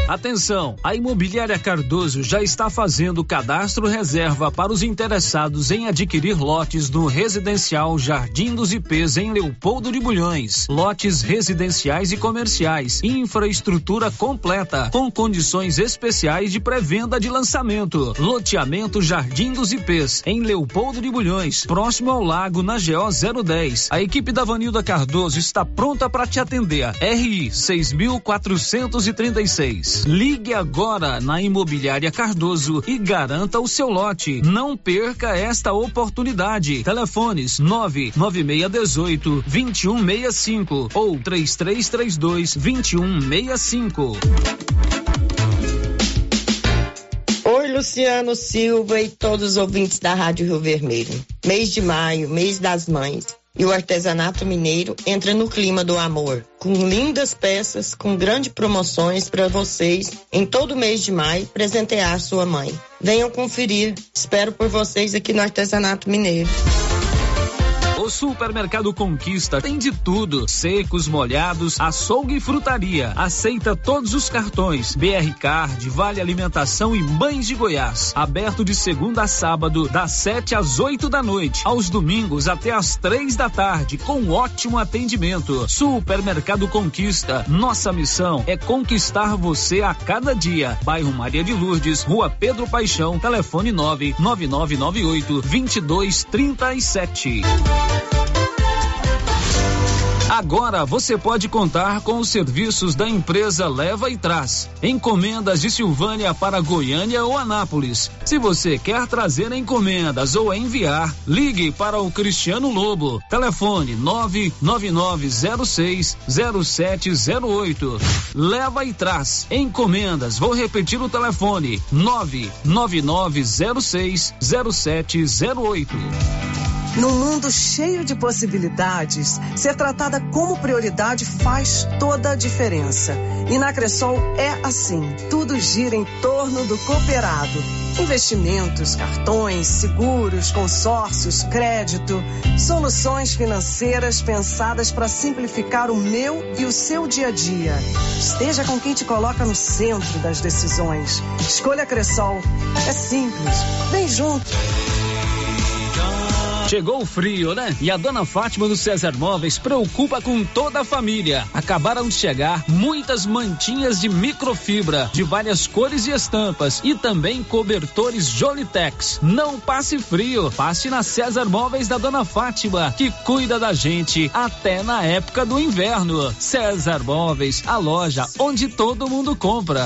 Atenção, a Imobiliária Cardoso já está fazendo cadastro reserva para os interessados em adquirir lotes no residencial Jardim dos Ipês em Leopoldo de Bulhões. Lotes residenciais e comerciais, infraestrutura completa, com condições especiais de pré-venda de lançamento. Loteamento Jardim dos Ipês em Leopoldo de Bulhões, próximo ao lago na G O zero dez. A equipe da Vanilda Cardoso está pronta para te atender. R I seis mil quatrocentos e trinta e seis. Ligue agora na Imobiliária Cardoso e garanta o seu lote. Não perca esta oportunidade. Telefones nove nove seis um oito, dois um seis cinco ou três três três dois, dois um seis cinco. Oi, Luciano Silva e todos os ouvintes da Rádio Rio Vermelho. Mês de maio, mês das mães. E o artesanato mineiro entra no clima do amor, com lindas peças, com grandes promoções para vocês em todo mês de maio presentear sua mãe. Venham conferir, espero por vocês aqui no Artesanato Mineiro. O Supermercado Conquista tem de tudo: secos, molhados, açougue e frutaria. Aceita todos os cartões: B R Card, Vale Alimentação e Mães de Goiás. Aberto de segunda a sábado, das sete às oito da noite. Aos domingos até às três da tarde, com ótimo atendimento. Supermercado Conquista. Nossa missão é conquistar você a cada dia. Bairro Maria de Lourdes, Rua Pedro Paixão, telefone nove nove nove nove oito, dois dois três sete. Agora você pode contar com os serviços da empresa Leva e Traz. Encomendas de Silvânia para Goiânia ou Anápolis. Se você quer trazer encomendas ou enviar, ligue para o Cristiano Lobo. Telefone nove nove nove zero seis zero sete zero oito. Leva e Traz. Encomendas. Vou repetir o telefone: nove nove nove zero seis zero sete zero oito. Num mundo cheio de possibilidades, ser tratada como prioridade faz toda a diferença. E na Cressol é assim, tudo gira em torno do cooperado. Investimentos, cartões, seguros, consórcios, crédito, soluções financeiras pensadas para simplificar o meu e o seu dia a dia. Esteja com quem te coloca no centro das decisões. Escolha a Cressol. É simples. Vem junto. Chegou o frio, né? E a dona Fátima do César Móveis preocupa com toda a família. Acabaram de chegar muitas mantinhas de microfibra, de várias cores e estampas, e também cobertores Jolitex. Não passe frio, passe na César Móveis da dona Fátima, que cuida da gente até na época do inverno. César Móveis, a loja onde todo mundo compra.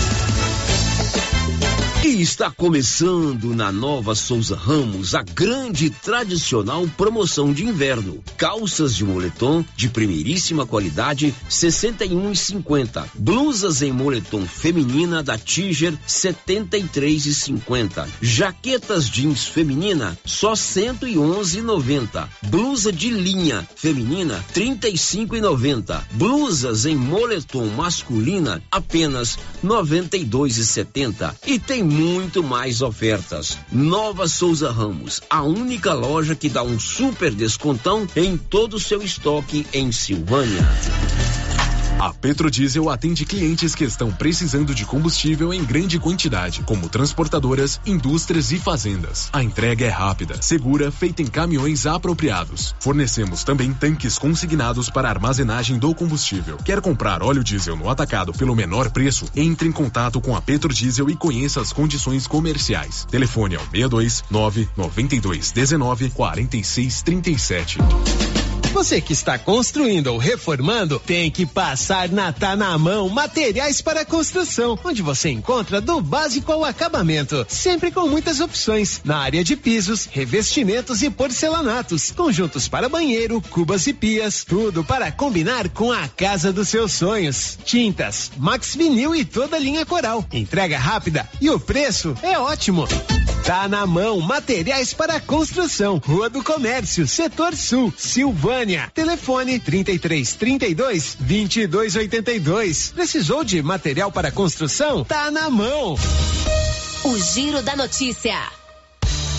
E está começando na Nova Souza Ramos a grande e tradicional promoção de inverno. Calças de moletom de primeiríssima qualidade, sessenta e um reais e cinquenta centavos. Blusas em moletom feminina da Tiger, setenta e três reais e cinquenta centavos. Jaquetas jeans feminina, só cento e onze reais e noventa centavos. Blusa de linha feminina, trinta e cinco reais e noventa centavos. Blusas em moletom masculina, apenas noventa e dois reais e setenta centavos. E tem muito mais ofertas. Nova Souza Ramos, a única loja que dá um super descontão em todo o seu estoque em Silvânia. A Petrodiesel atende clientes que estão precisando de combustível em grande quantidade, como transportadoras, indústrias e fazendas. A entrega é rápida, segura, feita em caminhões apropriados. Fornecemos também tanques consignados para armazenagem do combustível. Quer comprar óleo diesel no atacado pelo menor preço? Entre em contato com a Petrodiesel e conheça as condições comerciais. Telefone ao seis dois nove, nove dois um nove, quatro seis três sete. Você que está construindo ou reformando, tem que passar na Tá na Mão Materiais para Construção, onde você encontra do básico ao acabamento, sempre com muitas opções, na área de pisos, revestimentos e porcelanatos, conjuntos para banheiro, cubas e pias, tudo para combinar com a casa dos seus sonhos. Tintas, Max Vinil e toda a linha Coral. Entrega rápida e o preço é ótimo. Tá na Mão Materiais para Construção, Rua do Comércio, Setor Sul, Silvânia. Telefone trinta e três, trinta e dois, vinte e dois oitenta e dois. Precisou de material para construção? Tá na mão. O Giro da Notícia.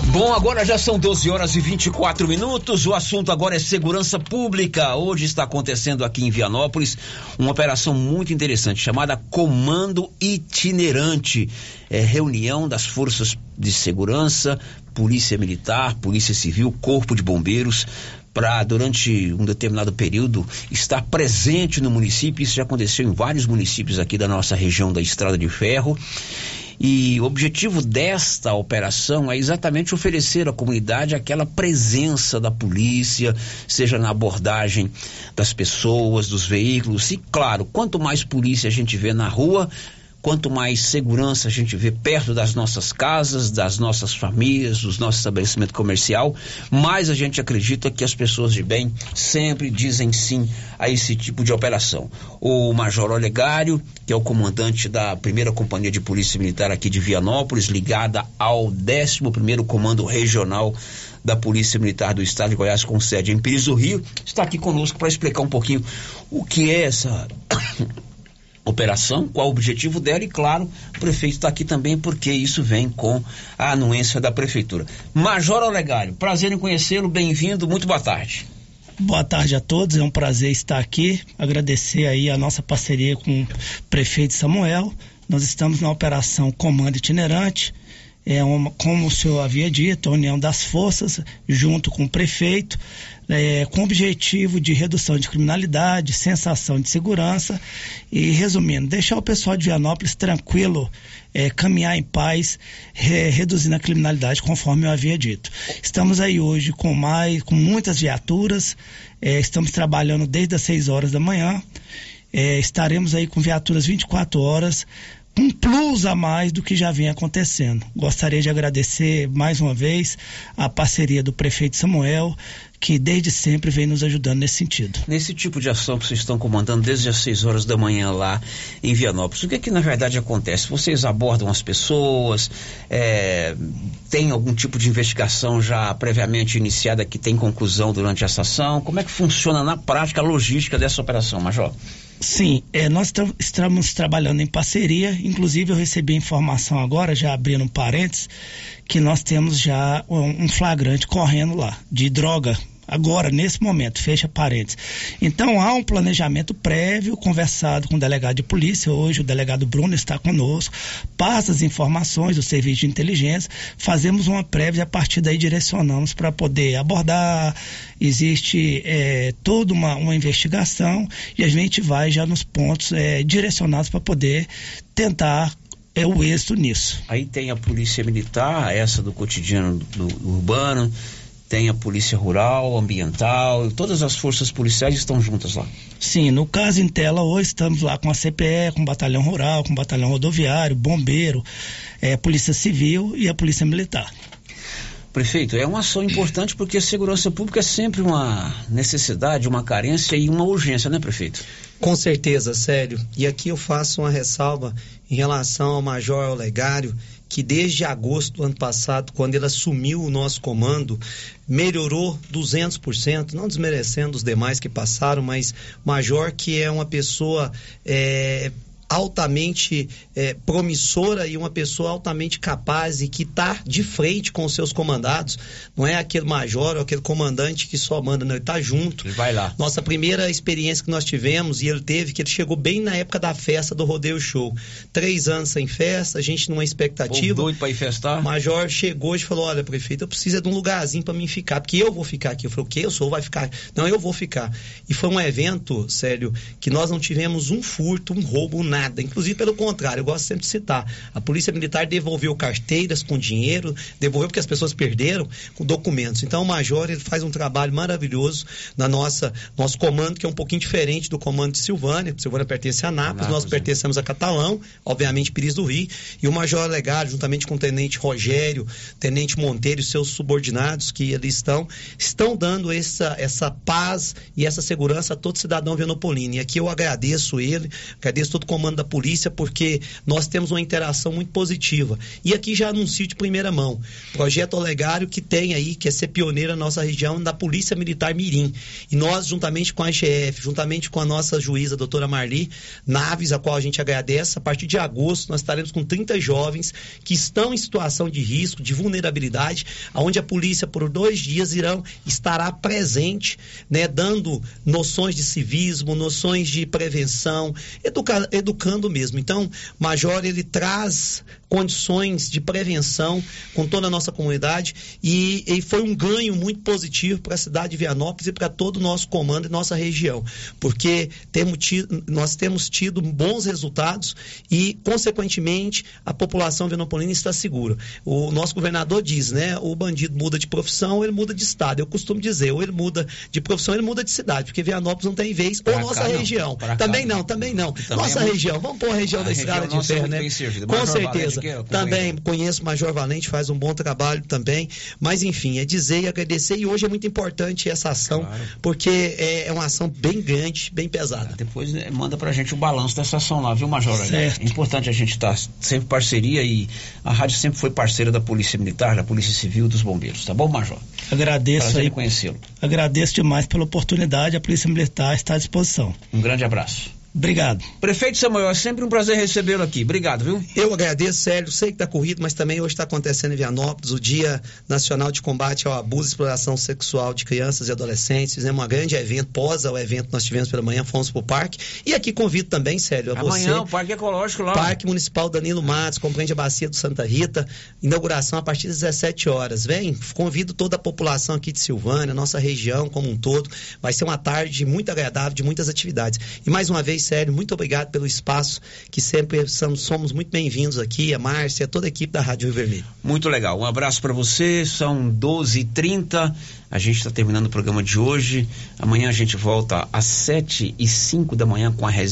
Bom, agora já são doze horas e vinte e quatro minutos. O assunto agora é segurança pública. Hoje está acontecendo aqui em Vianópolis uma operação muito interessante chamada Comando Itinerante. É reunião das forças de segurança, Polícia Militar, Polícia Civil, Corpo de Bombeiros, para durante um determinado período estar presente no município. Isso já aconteceu em vários municípios aqui da nossa região da Estrada de Ferro. E o objetivo desta operação é exatamente oferecer à comunidade aquela presença da polícia, seja na abordagem das pessoas, dos veículos. E claro, quanto mais polícia a gente vê na rua, quanto mais segurança a gente vê perto das nossas casas, das nossas famílias, dos nossos estabelecimentos comerciais, mais a gente acredita que as pessoas de bem sempre dizem sim a esse tipo de operação. O Major Olegário, que é o comandante da primeira Companhia de Polícia Militar aqui de Vianópolis, ligada ao décimo primeiro Comando Regional da Polícia Militar do Estado de Goiás, com sede em Pires do Rio, está aqui conosco para explicar um pouquinho o que é essa operação, qual o objetivo dela, e claro, o prefeito está aqui também porque isso vem com a anuência da prefeitura. Major Olegário, prazer em conhecê-lo, bem-vindo, muito boa tarde. Boa tarde a todos, é um prazer estar aqui, agradecer aí a nossa parceria com o prefeito Samuel. Nós estamos na operação Comando Itinerante, é uma, como o senhor havia dito, a união das forças junto com o prefeito, É, com o objetivo de redução de criminalidade, sensação de segurança e, resumindo, deixar o pessoal de Vianópolis tranquilo, é, caminhar em paz, re, reduzindo a criminalidade, conforme eu havia dito. Estamos aí hoje com mais, com muitas viaturas, é, estamos trabalhando desde as seis horas da manhã, é, estaremos aí com viaturas vinte e quatro horas, um plus a mais do que já vem acontecendo. Gostaria de agradecer mais uma vez a parceria do prefeito Samuel, que desde sempre vem nos ajudando nesse sentido. Nesse tipo de ação que vocês estão comandando desde as seis horas da manhã lá em Vianópolis, o que é que na verdade acontece? Vocês abordam as pessoas, é, tem algum tipo de investigação já previamente iniciada que tem conclusão durante essa ação? Como é que funciona na prática a logística dessa operação, Major? Sim, é, nós tra- estamos trabalhando em parceria, inclusive eu recebi informação agora, já abrindo um parênteses, que nós temos já um, um flagrante correndo lá, de droga, agora, nesse momento, fecha parênteses. Então, há um planejamento prévio, conversado com o delegado de polícia, hoje o delegado Bruno está conosco, passa as informações do serviço de inteligência, fazemos uma prévia e a partir daí direcionamos para poder abordar, existe é, toda uma, uma investigação e a gente vai já nos pontos é, direcionados para poder tentar é, o êxito nisso. Aí tem a polícia militar, essa do cotidiano do, do urbano, tem a polícia rural, ambiental, todas as forças policiais estão juntas lá. Sim, no caso em tela hoje estamos lá com a C P E, com o batalhão rural, com o batalhão rodoviário, bombeiro, é, polícia civil e a polícia militar. Prefeito, é uma ação importante porque a segurança pública é sempre uma necessidade, uma carência e uma urgência, né, prefeito? Com certeza, Célio. E aqui eu faço uma ressalva em relação ao Major Olegário, que desde agosto do ano passado, quando ele assumiu o nosso comando, melhorou duzentos por cento, não desmerecendo os demais que passaram, mas Major, que é uma pessoa é, altamente é, promissora e uma pessoa altamente capaz e que está de frente com os seus comandados, não é aquele major ou aquele comandante que só manda, não, ele está junto. Ele vai lá. Nossa primeira experiência que nós tivemos, e ele teve, que ele chegou bem na época da festa do Rodeio Show. Três anos sem festa, a gente numa expectativa. Pô, doido para ir festar. O major chegou e falou, olha, prefeito, eu preciso de um lugarzinho para mim ficar, porque eu vou ficar aqui. Eu falei, o quê? O senhor vai ficar? Não, eu vou ficar. E foi um evento, Célio, que nós não tivemos um furto, um roubo, nada. Nada, inclusive pelo contrário, eu gosto sempre de citar, a Polícia Militar devolveu carteiras com dinheiro, devolveu porque as pessoas perderam com documentos. Então o Major, ele faz um trabalho maravilhoso na nossa, nosso comando, que é um pouquinho diferente do comando de Silvânia. Silvânia pertence a Anápolis, nós pertencemos a Catalão, obviamente Pires do Rio, e o Major Olegário, juntamente com o Tenente Rogério, Tenente Monteiro e seus subordinados que ali estão, estão dando essa, essa paz e essa segurança a todo cidadão vianopolino. E aqui eu agradeço ele, agradeço todo o comando comando da polícia, porque nós temos uma interação muito positiva. E aqui já anuncio de primeira mão, projeto Olegário que tem aí, que é ser pioneira na nossa região, da Polícia Militar Mirim. E nós, juntamente com a G F, juntamente com a nossa juíza, a doutora Marli Naves, a qual a gente agradece, a partir de agosto nós estaremos com trinta jovens que estão em situação de risco, de vulnerabilidade, onde a polícia por dois dias irão, estará presente, né, dando noções de civismo, noções de prevenção, educa, educando mesmo. Então, Major, ele traz condições de prevenção com toda a nossa comunidade e, e foi um ganho muito positivo para a cidade de Vianópolis e para todo o nosso comando e nossa região, porque temos tido, nós temos tido bons resultados e, consequentemente, a população vianopolina está segura. O nosso governador diz, né, o bandido muda de profissão, ele muda de estado. Eu costumo dizer, ou ele muda de profissão, ele muda de cidade, porque Vianópolis não tem vez, ou nossa região. Também não, também não. Nossa região, vamos pôr a região da estrada de ferro, né? Com certeza. Também conheço o Major Valente, faz um bom trabalho também, mas enfim, é dizer e agradecer, e hoje é muito importante essa ação, claro, porque é, é uma ação bem grande, bem pesada. Depois né, manda pra gente o balanço dessa ação lá, viu, Major? Certo. É importante a gente estar tá sempre parceria, e a rádio sempre foi parceira da Polícia Militar, da Polícia Civil, dos bombeiros, tá bom, Major? Agradeço Prazer aí, conhecê-lo. Agradeço demais pela oportunidade, a Polícia Militar está à disposição. Um grande abraço. Obrigado. Prefeito Samuel, é sempre um prazer recebê-lo aqui. Obrigado, viu? Eu agradeço, Sérgio. Sei que está corrido, mas também hoje está acontecendo em Vianópolis o Dia Nacional de Combate ao Abuso e Exploração Sexual de Crianças e Adolescentes. Fizemos um grande evento, pós ao evento que nós tivemos pela manhã, fomos para o parque. E aqui convido também, Sérgio, a Amanhã, você. Amanhã, o Parque Ecológico lá. Parque Municipal Danilo Matos, compreende a Bacia do Santa Rita. Inauguração a partir das dezessete horas. Vem, convido toda a população aqui de Silvânia, nossa região como um todo. Vai ser uma tarde muito agradável, de muitas atividades. E mais uma vez, Sérgio, muito obrigado pelo espaço, que sempre somos, somos muito bem-vindos aqui, a Márcia, toda a equipe da Rádio Rio Vermelho. Muito legal, um abraço para você, são doze e trinta, a gente está terminando o programa de hoje, amanhã a gente volta às sete e cinco da manhã com a resenha.